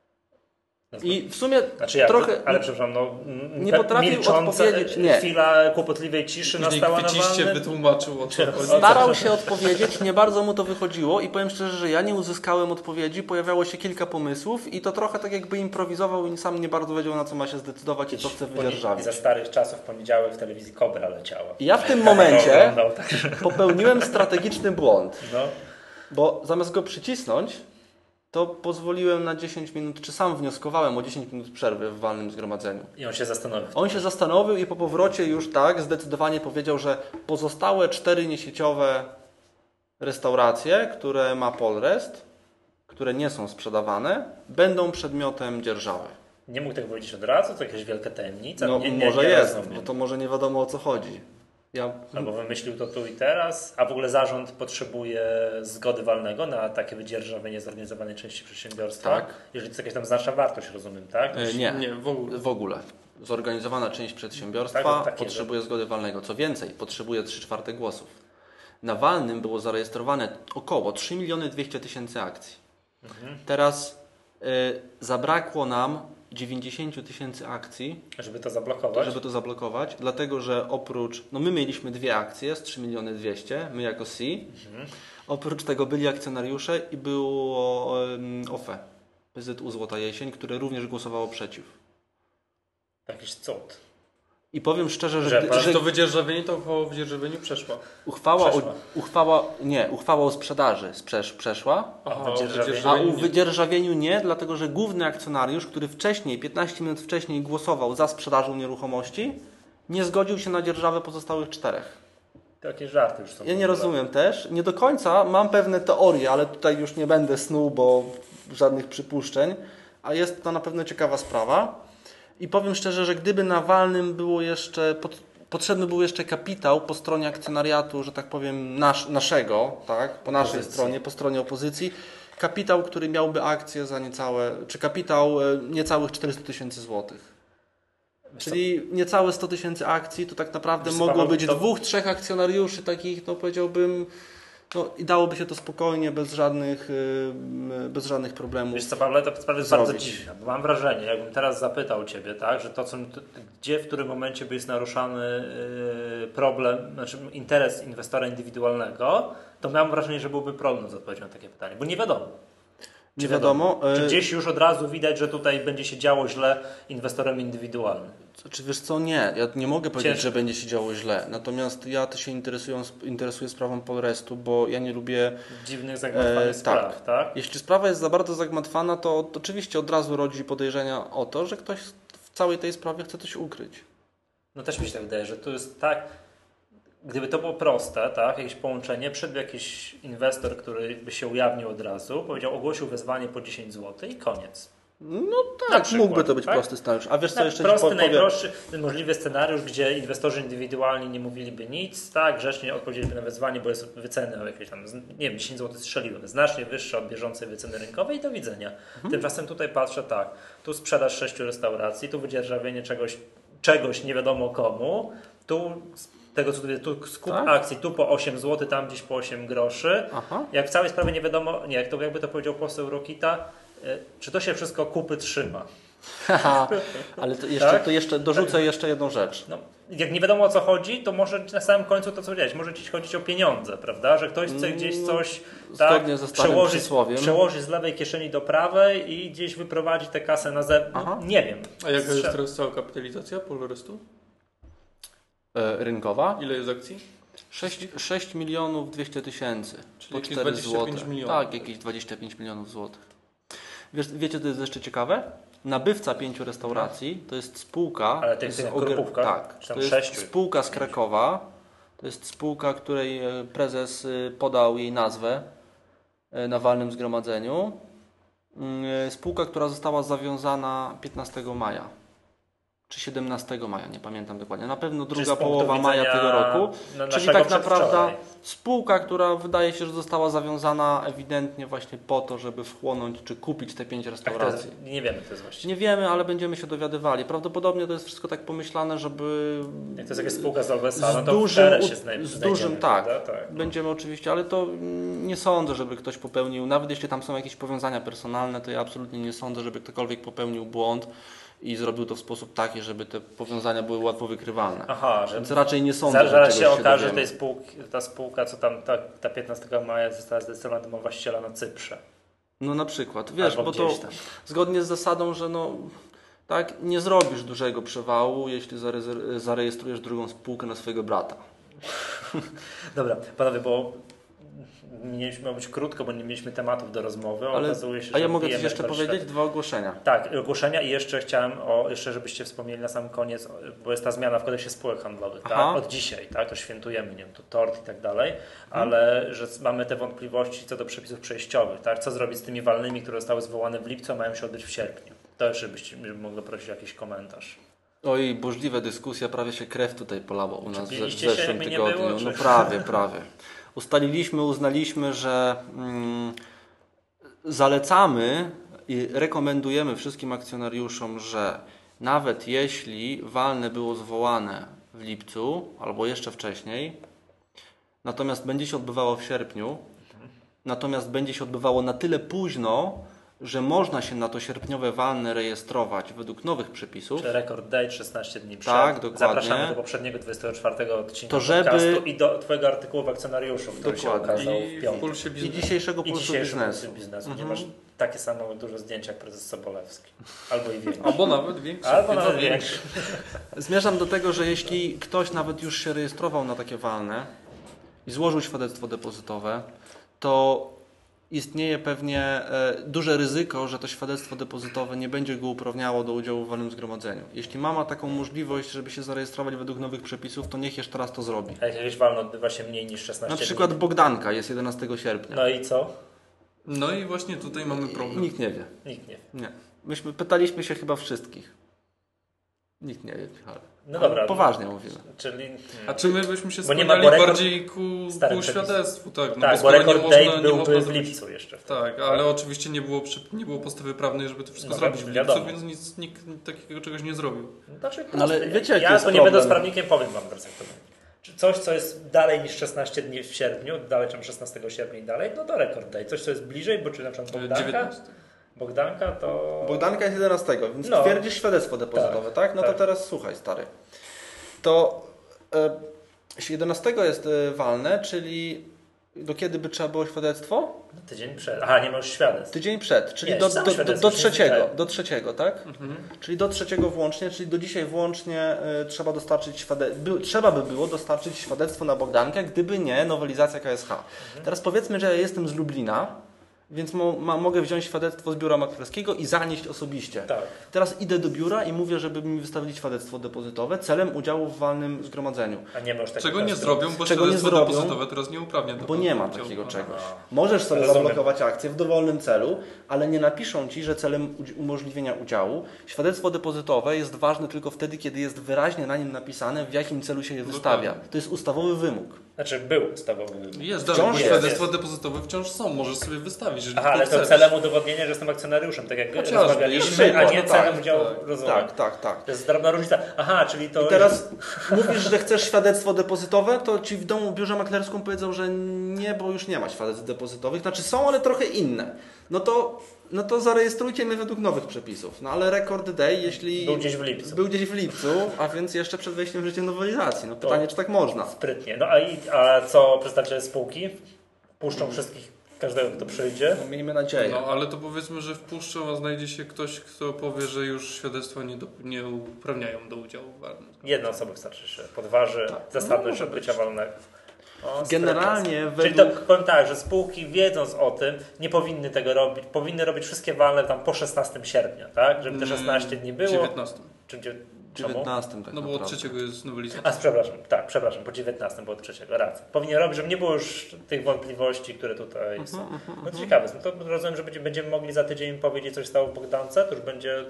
I w sumie trochę... Ale przepraszam, nie potrafił odpowiedzieć. Nie. Chwila kłopotliwej ciszy nastała na walnym. Wytłumaczył, o co chodzi. Starał się odpowiedzieć, nie bardzo mu to wychodziło i powiem szczerze, że ja nie uzyskałem odpowiedzi, pojawiało się kilka pomysłów i to trochę tak jakby improwizował i sam nie bardzo wiedział, na co ma się zdecydować i co chce wydzierżawić. Za starych czasów w poniedziałek w telewizji Kobra leciała. I ja w tym momencie popełniłem strategiczny błąd, bo zamiast go przycisnąć, to pozwoliłem na 10 minut, czy sam wnioskowałem o 10 minut przerwy w walnym zgromadzeniu. I on się zastanowił. On się zastanowił i po powrocie już zdecydowanie powiedział, że pozostałe 4 niesieciowe restauracje, które ma Polrest, które nie są sprzedawane, będą przedmiotem dzierżawy. Nie mógł tego powiedzieć od razu? To jakaś wielka tajemnica? Może jest, bo to może nie wiadomo, o co chodzi. Albo wymyślił to tu i teraz, a w ogóle zarząd potrzebuje zgody walnego na takie wydzierżawienie zorganizowanej części przedsiębiorstwa. Tak. Jeżeli to jest jakaś tam znaczna wartość, rozumiem, tak? Nie, w ogóle. Zorganizowana część przedsiębiorstwa potrzebuje zgody walnego. Co więcej, potrzebuje 3/4 głosów. Na walnym było zarejestrowane około 3 200 000 akcji. Teraz zabrakło nam 90 000 akcji, żeby to zablokować, dlatego że oprócz, my mieliśmy 2 akcje z 3 200 000, my jako C, oprócz tego byli akcjonariusze i było OFE. PZU Złota Jesień, które również głosowało przeciw. Jakiś cud. I powiem szczerze, że to wydzierżawienie, to uchwała o wydzierżawieniu przeszła. Uchwała o sprzedaży przeszła, a o wydzierżawieniu nie, dlatego że główny akcjonariusz, który wcześniej, 15 minut wcześniej głosował za sprzedażą nieruchomości, nie zgodził się na dzierżawę pozostałych 4. Takie żarty już są. Ja nie rozumiem też. Nie do końca mam pewne teorie, ale tutaj już nie będę snuł, bo żadnych przypuszczeń, a jest to na pewno ciekawa sprawa. I powiem szczerze, że gdyby na walnym było jeszcze potrzebny był jeszcze kapitał po stronie akcjonariatu, że tak powiem naszego, tak, po naszej stronie, po stronie opozycji, kapitał, który miałby akcje za niecałych 400 000 złotych. Czyli niecałe 100 000 akcji, to tak naprawdę mogło być 2-3 akcjonariuszy takich, no powiedziałbym, no i dałoby się to spokojnie, bez żadnych problemów. Wiesz co, Pawle, to sprawa jest bardzo dziwna, bo mam wrażenie, jakbym teraz zapytał Ciebie, tak, że gdzie, w którym momencie by jest naruszany problem, znaczy interes inwestora indywidualnego, to mam wrażenie, że byłby problem z odpowiedzią na takie pytanie, bo nie wiadomo. Nie wiadomo. Czy gdzieś już od razu widać, że tutaj będzie się działo źle inwestorem indywidualnym? Czy wiesz co, nie. Ja nie mogę powiedzieć, że będzie się działo źle. Natomiast ja też się interesuję sprawą Polrestu, bo ja nie lubię dziwnych, zagmatwanych spraw, tak? Jeśli sprawa jest za bardzo zagmatwana, to oczywiście od razu rodzi podejrzenia o to, że ktoś w całej tej sprawie chce coś ukryć. No też mi się tak wydaje, że to jest tak. Gdyby to było proste, tak, jakieś połączenie, przyszedł jakiś inwestor, który by się ujawnił od razu, ogłosił wezwanie po 10 zł i koniec. No tak, mógłby to być prosty scenariusz. A wiesz co jeszcze prosty, najprostszy możliwy scenariusz, gdzie inwestorzy indywidualni nie mówiliby nic, tak, grzecznie odpowiedzieliby na wezwanie, bo jest wycena o jakieś tam, nie wiem, 10 zł strzeliłem, znacznie wyższa od bieżącej wyceny rynkowej i do widzenia. Tymczasem tutaj patrzę tak, tu sprzedaż 6 restauracji, tu wydzierżawienie czegoś nie wiadomo komu, tu tego co tu skup akcji, tu po 8 zł, tam gdzieś po 8 groszy. Aha. Jak w całej sprawie nie wiadomo, jakby to powiedział poseł Rokita, czy to się wszystko kupy trzyma. Ale to jeszcze dorzucę jeszcze jedną rzecz. No, jak nie wiadomo o co chodzi, to może na samym końcu to co powiedziałeś, może ci chodzić o pieniądze, prawda? Że ktoś chce gdzieś coś przełożyć z lewej kieszeni do prawej i gdzieś wyprowadzić tę kasę na zewnątrz. Nie wiem. A jaka jest teraz cała kapitalizacja Polrestu? Rynkowa? Ile jest akcji? 6 200 000. Czyli jakieś 25 milionów. Tak, jakieś 25 milionów złotych. Wiecie, co jest jeszcze ciekawe? Nabywca 5 restauracji to jest spółka. Ale to jest spółka z Krakowa. To jest spółka, której prezes podał jej nazwę na walnym zgromadzeniu. Spółka, która została zawiązana 15 maja. Czy 17 maja, nie pamiętam dokładnie. Na pewno druga połowa maja tego roku. Czyli tak naprawdę spółka, która wydaje się, że została zawiązana ewidentnie właśnie po to, żeby wchłonąć czy kupić te 5 restauracji. Nie wiemy, to jest właściwie. Nie wiemy, ale będziemy się dowiadywali. Prawdopodobnie to jest wszystko tak pomyślane, żeby... Jak to jest jakaś spółka z OBS-a, no to z dużym, tak. Będziemy oczywiście, ale to nie sądzę, żeby ktoś popełnił, nawet jeśli tam są jakieś powiązania personalne, to ja absolutnie nie sądzę, żeby ktokolwiek popełnił błąd i zrobił to w sposób taki, żeby te powiązania były łatwo wykrywalne. Więc raczej nie sądzę, zaraz się okaże, że ta spółka, co tam ta 15 maja została zdecydowana do właściciela na Cyprze. No na przykład, wiesz, bo to zgodnie z zasadą, że nie zrobisz dużego przewału, jeśli zarejestrujesz drugą spółkę na swojego brata. Dobra, panowie, bo mieliśmy być krótko, bo nie mieliśmy tematów do rozmowy. A ja mogę coś jeszcze powiedzieć? 2 ogłoszenia. Tak, ogłoszenia i jeszcze chciałem, żebyście wspomnieli na sam koniec, bo jest ta zmiana w kodeksie spółek handlowych, tak? Od dzisiaj, tak? To świętujemy, nie wiem, to tort i tak dalej, ale że mamy te wątpliwości co do przepisów przejściowych, tak? Co zrobić z tymi walnymi, które zostały zwołane w lipcu, a mają się odbyć w sierpniu. To jeszcze byście mogli prosić o jakiś komentarz. Oj, burzliwa dyskusja, prawie się krew tutaj polała u nas w zeszłym tygodniu. Było, no prawie. Uznaliśmy, że zalecamy i rekomendujemy wszystkim akcjonariuszom, że nawet jeśli walne było zwołane w lipcu albo jeszcze wcześniej, natomiast będzie się odbywało w sierpniu, natomiast będzie się odbywało na tyle późno, że można się na to sierpniowe walne rejestrować według nowych przepisów. Czy record date 16 dni przed. Tak, dokładnie. Zapraszamy do poprzedniego 24 odcinka podcastu i do Twojego artykułu w akcjonariuszu, który się okazał w piątek. I dzisiejszego Pulsu Biznesu. Gdzie masz takie samo duże zdjęcia jak prezes Sobolewski. Albo i większe. Albo nawet większe. Albo nawet większe. Zmierzam do tego, że jeśli ktoś nawet już się rejestrował na takie walne i złożył świadectwo depozytowe, to istnieje pewnie duże ryzyko, że to świadectwo depozytowe nie będzie go uprawniało do udziału w walnym zgromadzeniu. Jeśli ma taką możliwość, żeby się zarejestrować według nowych przepisów, to niech jeszcze raz to zrobi. A jakieś walne odbywa się mniej niż 16 Na przykład dni? Bogdanka jest 11 sierpnia. No i co? No i właśnie tutaj mamy problem. Nikt nie wie. Nikt nie wie. Nie. Pytaliśmy się chyba wszystkich. Nikt nie wie. No dobra. Poważnie mówimy. Czyli... A czy my byśmy się składali bardziej ku świadectwu? Tak, no bo record date byłby w lipcu jeszcze. Tak, ale oczywiście nie było podstawy prawnej, żeby to wszystko zrobić w lipcu, więc nikt takiego czegoś nie zrobił. Znaczy, ale wiecie, ja to nie będę prawnikiem, powiem wam teraz jak to będzie. Coś, co jest dalej niż 16 dni w sierpniu, dalej czym 16 sierpnia i dalej, no to record date. Coś, co jest bliżej, bo czy na przykład Bogdanka to... Bogdanka jest 11, więc twierdzisz świadectwo depozytowe, tak? No to teraz słuchaj, stary. To 11 jest walne, czyli do kiedy by trzeba było świadectwo? Tydzień przed. Aha, nie masz świadectw. Tydzień przed, czyli do trzeciego, tak? Mhm. Czyli do 3 włącznie, czyli do dzisiaj włącznie trzeba dostarczyć trzeba by było dostarczyć świadectwo na Bogdankę, gdyby nie nowelizacja KSH. Teraz powiedzmy, że ja jestem z Lublina, więc mogę wziąć świadectwo z biura maklerskiego i zanieść osobiście. Tak. Teraz idę do biura i mówię, żeby mi wystawili świadectwo depozytowe celem udziału w walnym zgromadzeniu. A nie masz takiego. Czego nie zrobią, bo świadectwo depozytowe teraz nie uprawnia do bo nie ma takiego czegoś. Możesz sobie zablokować akcję w dowolnym celu, ale nie napiszą Ci, że celem umożliwienia udziału świadectwo depozytowe jest ważne tylko wtedy, kiedy jest wyraźnie na nim napisane, w jakim celu się je wystawia. To jest ustawowy wymóg. Znaczy był ustawowy wymóg. Jest, wciąż świadectwa depozytowe wciąż są, możesz sobie wystawić. Aha, ale to celem udowodnienia, że jestem akcjonariuszem, tak jak rozmawialiśmy, a nie celem udziału w rozwoju. Tak. To jest drobna różnica. Aha, czyli to... I teraz mówisz, że chcesz świadectwo depozytowe, to Ci w domu, w biurze maklerskim powiedzą, że nie, bo już nie ma świadectw depozytowych. Znaczy są, ale trochę inne. No to zarejestrujcie mnie według nowych przepisów. No ale record day, jeśli... Był gdzieś w lipcu. Był gdzieś w lipcu, a więc jeszcze przed wejściem w życie nowelizacji. No pytanie, czy tak można. Sprytnie. No a co przedstawiciele spółki? Puszczą wszystkich, każdego, kto przyjdzie? No, miejmy nadzieję. No ale to powiedzmy, że wpuszczą, a znajdzie się ktoś, kto powie, że już świadectwa nie uprawniają do udziału w walnym. Jedna osoba wystarczy, że podważy zasadność odbycia walnego. Generalnie Czyli to powiem tak, że spółki wiedząc o tym nie powinny tego robić, powinny robić wszystkie walne tam po 16 sierpnia, tak? Żeby te 16 dni było. 19. Czy 19 tak no bo od 3 jest nowelizacja. Przepraszam, po 19, bo od 3, racja. Powinien robić, żeby nie było już tych wątpliwości, które tutaj są. No to ciekawe, no to rozumiem, że będziemy mogli za tydzień powiedzieć, coś stało w Bogdance, to już będzie...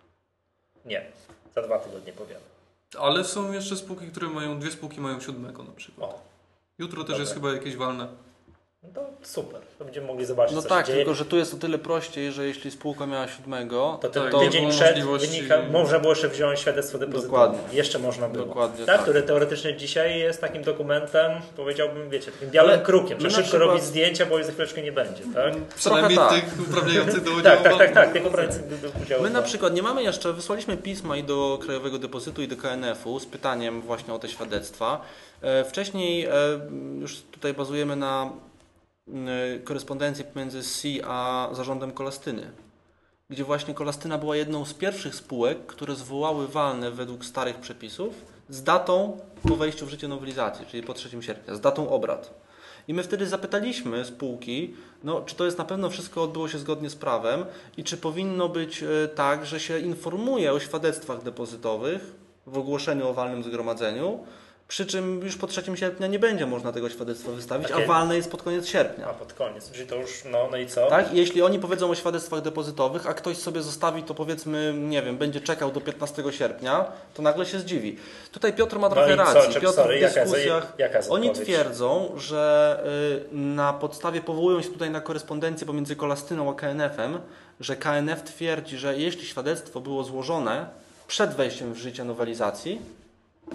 Nie, za 2 tygodnie powiemy. Ale są jeszcze spółki, które mają, 2 spółki mają 7 na przykład. Jutro też jest chyba jakieś walne. No to super, to będziemy mogli zobaczyć, co się dzieje. Tylko że tu jest o tyle prościej, że jeśli spółka miała 7, to tydzień przed można było jeszcze wziąć świadectwo depozytowe. Dokładnie. Jeszcze można było. Dokładnie, tak, który teoretycznie dzisiaj jest takim dokumentem, powiedziałbym, wiecie, takim białym krukiem, że szybko robić zdjęcia, bo już za chwileczkę nie będzie, tak? Przynajmniej tych uprawniających do udziału. Tak, tych uprawniających do udziału. My na przykład nie mamy jeszcze, wysłaliśmy pisma i do Krajowego Depozytu i do KNF-u z pytaniem właśnie o te świadectwa. Wcześniej już tutaj bazujemy na korespondencji pomiędzy SI a zarządem Kolastyny, gdzie właśnie Kolastyna była jedną z pierwszych spółek, które zwołały walne według starych przepisów z datą po wejściu w życie nowelizacji, czyli po 3 sierpnia, z datą obrad. I my wtedy zapytaliśmy spółki, czy to jest na pewno wszystko odbyło się zgodnie z prawem i czy powinno być tak, że się informuje o świadectwach depozytowych w ogłoszeniu o walnym zgromadzeniu, przy czym już po 3 sierpnia nie będzie można tego świadectwa wystawić, a walne jest pod koniec sierpnia. A pod koniec, czyli to już, no i co? Tak, i jeśli oni powiedzą o świadectwach depozytowych, a ktoś sobie zostawi, to powiedzmy, nie wiem, będzie czekał do 15 sierpnia, to nagle się zdziwi. Tutaj Piotr ma trochę racji. Piotr w dyskusjach, oni twierdzą, że na podstawie, powołują się tutaj na korespondencję pomiędzy Kolastyną a KNF-em, że KNF twierdzi, że jeśli świadectwo było złożone przed wejściem w życie nowelizacji,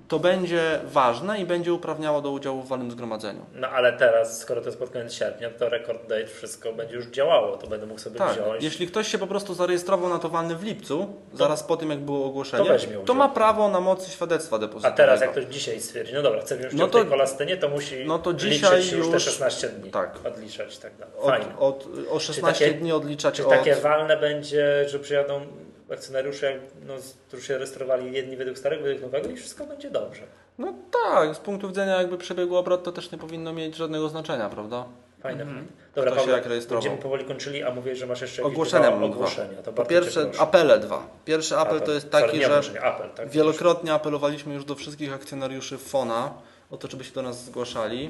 to będzie ważne i będzie uprawniało do udziału w walnym zgromadzeniu. No ale teraz, skoro to jest pod koniec sierpnia, to record date, wszystko będzie już działało, to będę mógł sobie wziąć. Jeśli ktoś się po prostu zarejestrował na to walny w lipcu, zaraz po tym jak było ogłoszenie, to ma prawo na mocy świadectwa depozytowego. A teraz jak ktoś dzisiaj stwierdzi, no dobra, chcę wziąć w tej kolastynie, to musi liczyć już te 16 dni, odliczać i tak dalej. Fajnie. O 16 dni odliczać. Czy takie walne będzie, że przyjadą akcjonariusze, którzy się rejestrowali jedni według starego, według nowego i wszystko będzie dobrze. No tak, z punktu widzenia jakby przebiegu obrad to też nie powinno mieć żadnego znaczenia, prawda? Fajne. Dobra, Paweł, jak rejestrował. Będziemy powoli kończyli, a mówię, że masz jeszcze jakieś ogłoszenia. To po pierwsze apele 2. Pierwszy apel to jest taki, że wielokrotnie apelowaliśmy już do wszystkich akcjonariuszy FONA o to, żeby się do nas zgłaszali.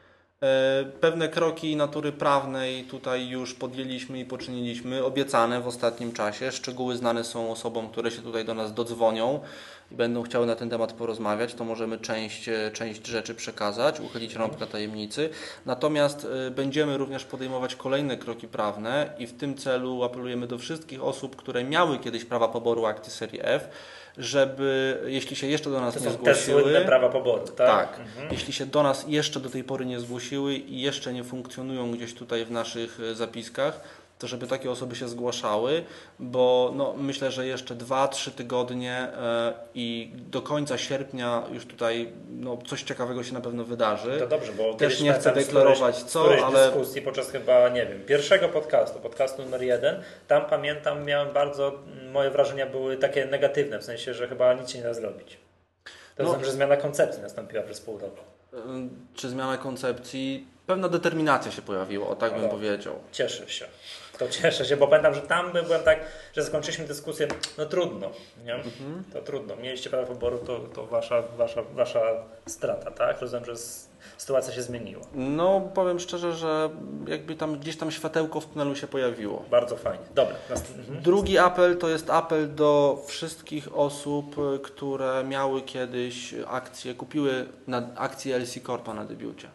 Pewne kroki natury prawnej tutaj już podjęliśmy i poczyniliśmy, obiecane w ostatnim czasie. Szczegóły znane są osobom, które się tutaj do nas dodzwonią i będą chciały na ten temat porozmawiać, to możemy część rzeczy przekazać, uchylić rąbka tajemnicy. Natomiast będziemy również podejmować kolejne kroki prawne i w tym celu apelujemy do wszystkich osób, które miały kiedyś prawa poboru akcji serii F, żeby, jeśli się jeszcze do nas nie zgłosiły... Te słynne prawa poboru, tak? Tak. Jeśli się do nas jeszcze do tej pory nie zgłosiły i jeszcze nie funkcjonują gdzieś tutaj w naszych zapiskach, to żeby takie osoby się zgłaszały, bo myślę, że jeszcze 2-3 tygodnie i do końca sierpnia już tutaj coś ciekawego się na pewno wydarzy. To dobrze, bo też nie chcę deklarować ale dyskusji podczas chyba, pierwszego podcastu numer 1, tam pamiętam, moje wrażenia były takie negatywne, w sensie, że chyba nic się nie da zrobić. To znaczy, że zmiana koncepcji nastąpiła przez pół roku. Czy zmiana koncepcji? Pewna determinacja się pojawiła, bym powiedział. Cieszę się, bo pamiętam, że tam byłem tak, że zakończyliśmy dyskusję, trudno, nie? To trudno. Mieliście prawo poboru, to wasza strata, tak? Rozumiem, że sytuacja się zmieniła. Powiem szczerze, że jakby gdzieś tam światełko w tunelu się pojawiło. Bardzo fajnie. Dobra. Drugi apel to jest apel do wszystkich osób, które miały kiedyś kupiły akcje LC Corpa na debiucie.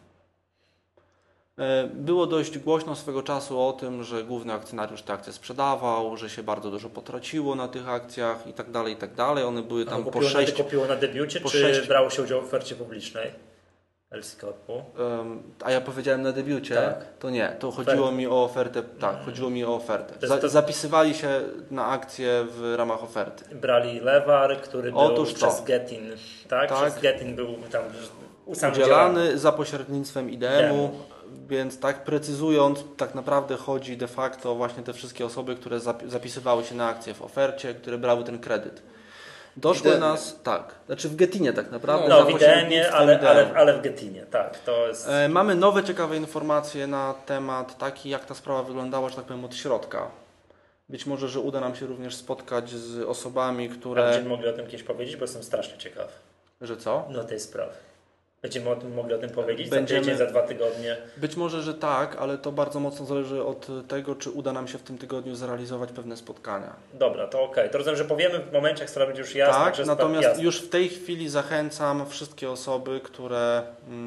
Było dość głośno swego czasu o tym, że główny akcjonariusz te akcje sprzedawał, że się bardzo dużo potraciło na tych akcjach i tak dalej. One były tam po 6... Kupiło na debiucie, czy brało się udział w ofercie publicznej LC Corpu? A ja powiedziałem na debiucie, tak. To nie. To chodziło mi o ofertę. Tak, chodziło mi o ofertę. Zapisywali się na akcje w ramach oferty. Brali lewar, który był przez Getin, tak? Przez Getin był tam udzielany za pośrednictwem IDM-u. Więc precyzując, tak naprawdę chodzi de facto właśnie te wszystkie osoby, które zapisywały się na akcje w ofercie, które brały ten kredyt. Doszły nas, znaczy w Getinie tak naprawdę. W IDM-ie, ale w Getinie, tak. To jest... Mamy nowe, ciekawe informacje na temat taki, jak ta sprawa wyglądała, że tak powiem, od środka. Być może, że uda nam się również spotkać z osobami, które... Będziemy mogli o tym kiedyś powiedzieć, bo jestem strasznie ciekaw. Że co? Tej sprawy. Będziemy mogli o tym powiedzieć za tydzień, za 2 tygodnie? Być może, że tak, ale to bardzo mocno zależy od tego, czy uda nam się w tym tygodniu zrealizować pewne spotkania. Dobra, to okej. To rozumiem, że powiemy w momencie, jak sprawa będzie już jasna. Tak, natomiast już w tej chwili zachęcam wszystkie osoby, które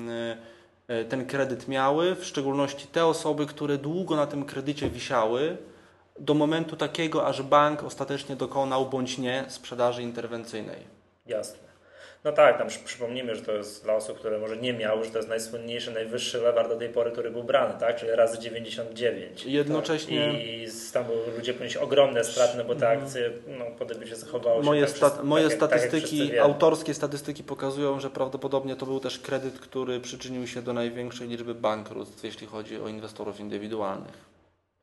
ten kredyt miały, w szczególności te osoby, które długo na tym kredycie wisiały, do momentu takiego, aż bank ostatecznie dokonał bądź nie sprzedaży interwencyjnej. Jasne. Tam przypomnijmy, że to jest dla osób, które może nie miały, że to jest najsłynniejszy, najwyższy lewar do tej pory, który był brany, tak? Czyli razy 99. Jednocześnie... I tam ludzie ponieśli ogromne straty, bo te akcje po debiucie zachowały się moje statystyki, autorskie statystyki pokazują, że prawdopodobnie to był też kredyt, który przyczynił się do największej liczby bankructw, jeśli chodzi o inwestorów indywidualnych.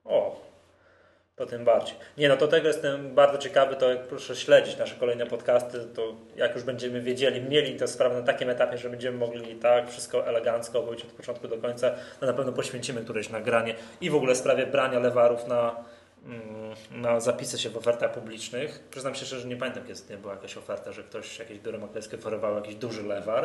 To tym bardziej. To tego jestem bardzo ciekawy, to jak proszę śledzić nasze kolejne podcasty, to jak już będziemy mieli tę sprawę na takim etapie, że będziemy mogli wszystko elegancko obejść od początku do końca, na pewno poświęcimy któreś nagranie i w ogóle sprawie brania lewarów na zapisy się w ofertach publicznych. Przyznam się szczerze, że nie pamiętam, kiedy była jakaś oferta, że jakieś biuro maklerskie oferowało jakiś duży lewar.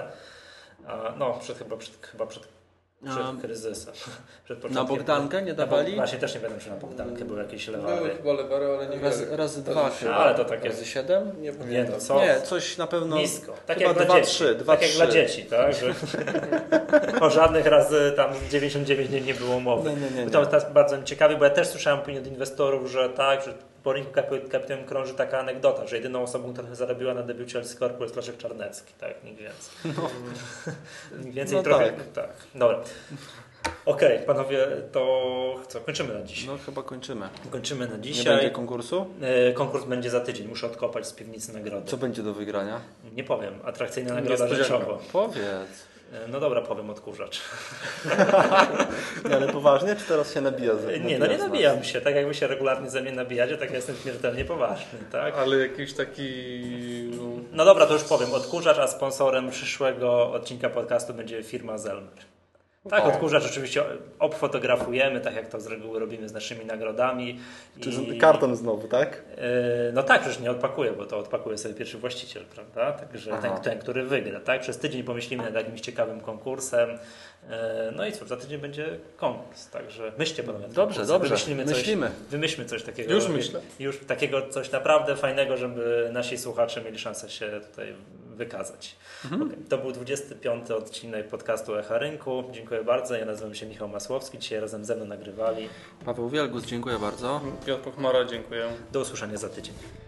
Przed kryzysem. Na Bogdankę nie dawali? Właśnie też nie pamiętam, czy na Bogdankę były jakieś lewary. Były chyba lewary, ale nie razy 2 chyba. Ale to takie... Razy 7? Nie pamiętam. Nie, coś na pewno... Nisko. Tak jak dla dzieci. Tak jak dla dzieci, tak? Że o żadnych razy tam 99 nie było mowy. Nie. To jest bardzo ciekawe, bo ja też słyszałem od inwestorów, że po rynku kapitałowym krąży taka anegdota, że jedyną osobą, która zarobiła na debiucie LC Corpu jest Leszek Czarnecki, tak, nikt więcej. No. Nikt więcej trochę. Tak. Dobra. Okej, panowie, to co, kończymy na dzisiaj? No chyba kończymy. Kończymy na dzisiaj. Nie będzie konkursu? Konkurs będzie za tydzień, muszę odkopać z piwnicy nagrody. Co będzie do wygrania? Nie powiem, atrakcyjna nagroda rzeczowa. Powiedz. No dobra, powiem, odkurzacz. Nie, ale poważnie, czy teraz się nabija? Nie, no nie nabijam się. Tak jak wy się regularnie ze mnie nabijacie, tak ja jestem śmiertelnie poważny. Tak? Ale jakiś taki... No dobra, to już powiem. Odkurzacz, a sponsorem przyszłego odcinka podcastu będzie firma Zelmer. Tak, odkurzacz oczywiście obfotografujemy, tak jak to z reguły robimy z naszymi nagrodami. Czy karton znowu, tak? No tak, przecież nie odpakuję, bo to odpakuje sobie pierwszy właściciel, prawda? Także ten, który wygra. Tak? Przez tydzień pomyślimy nad jakimś ciekawym konkursem. No i co, za tydzień będzie konkurs, także myślcie panowie. Dobrze, Wymyślmy coś takiego. Już myślę. Już takiego coś naprawdę fajnego, żeby nasi słuchacze mieli szansę się tutaj wykazać. Okay. To był 25. odcinek podcastu Echa Rynku. Dziękuję bardzo. Ja nazywam się Michał Masłowski. Dzisiaj razem ze mną nagrywali Paweł Wielgus, dziękuję bardzo. Piotr Pochmara, dziękuję. Do usłyszenia za tydzień.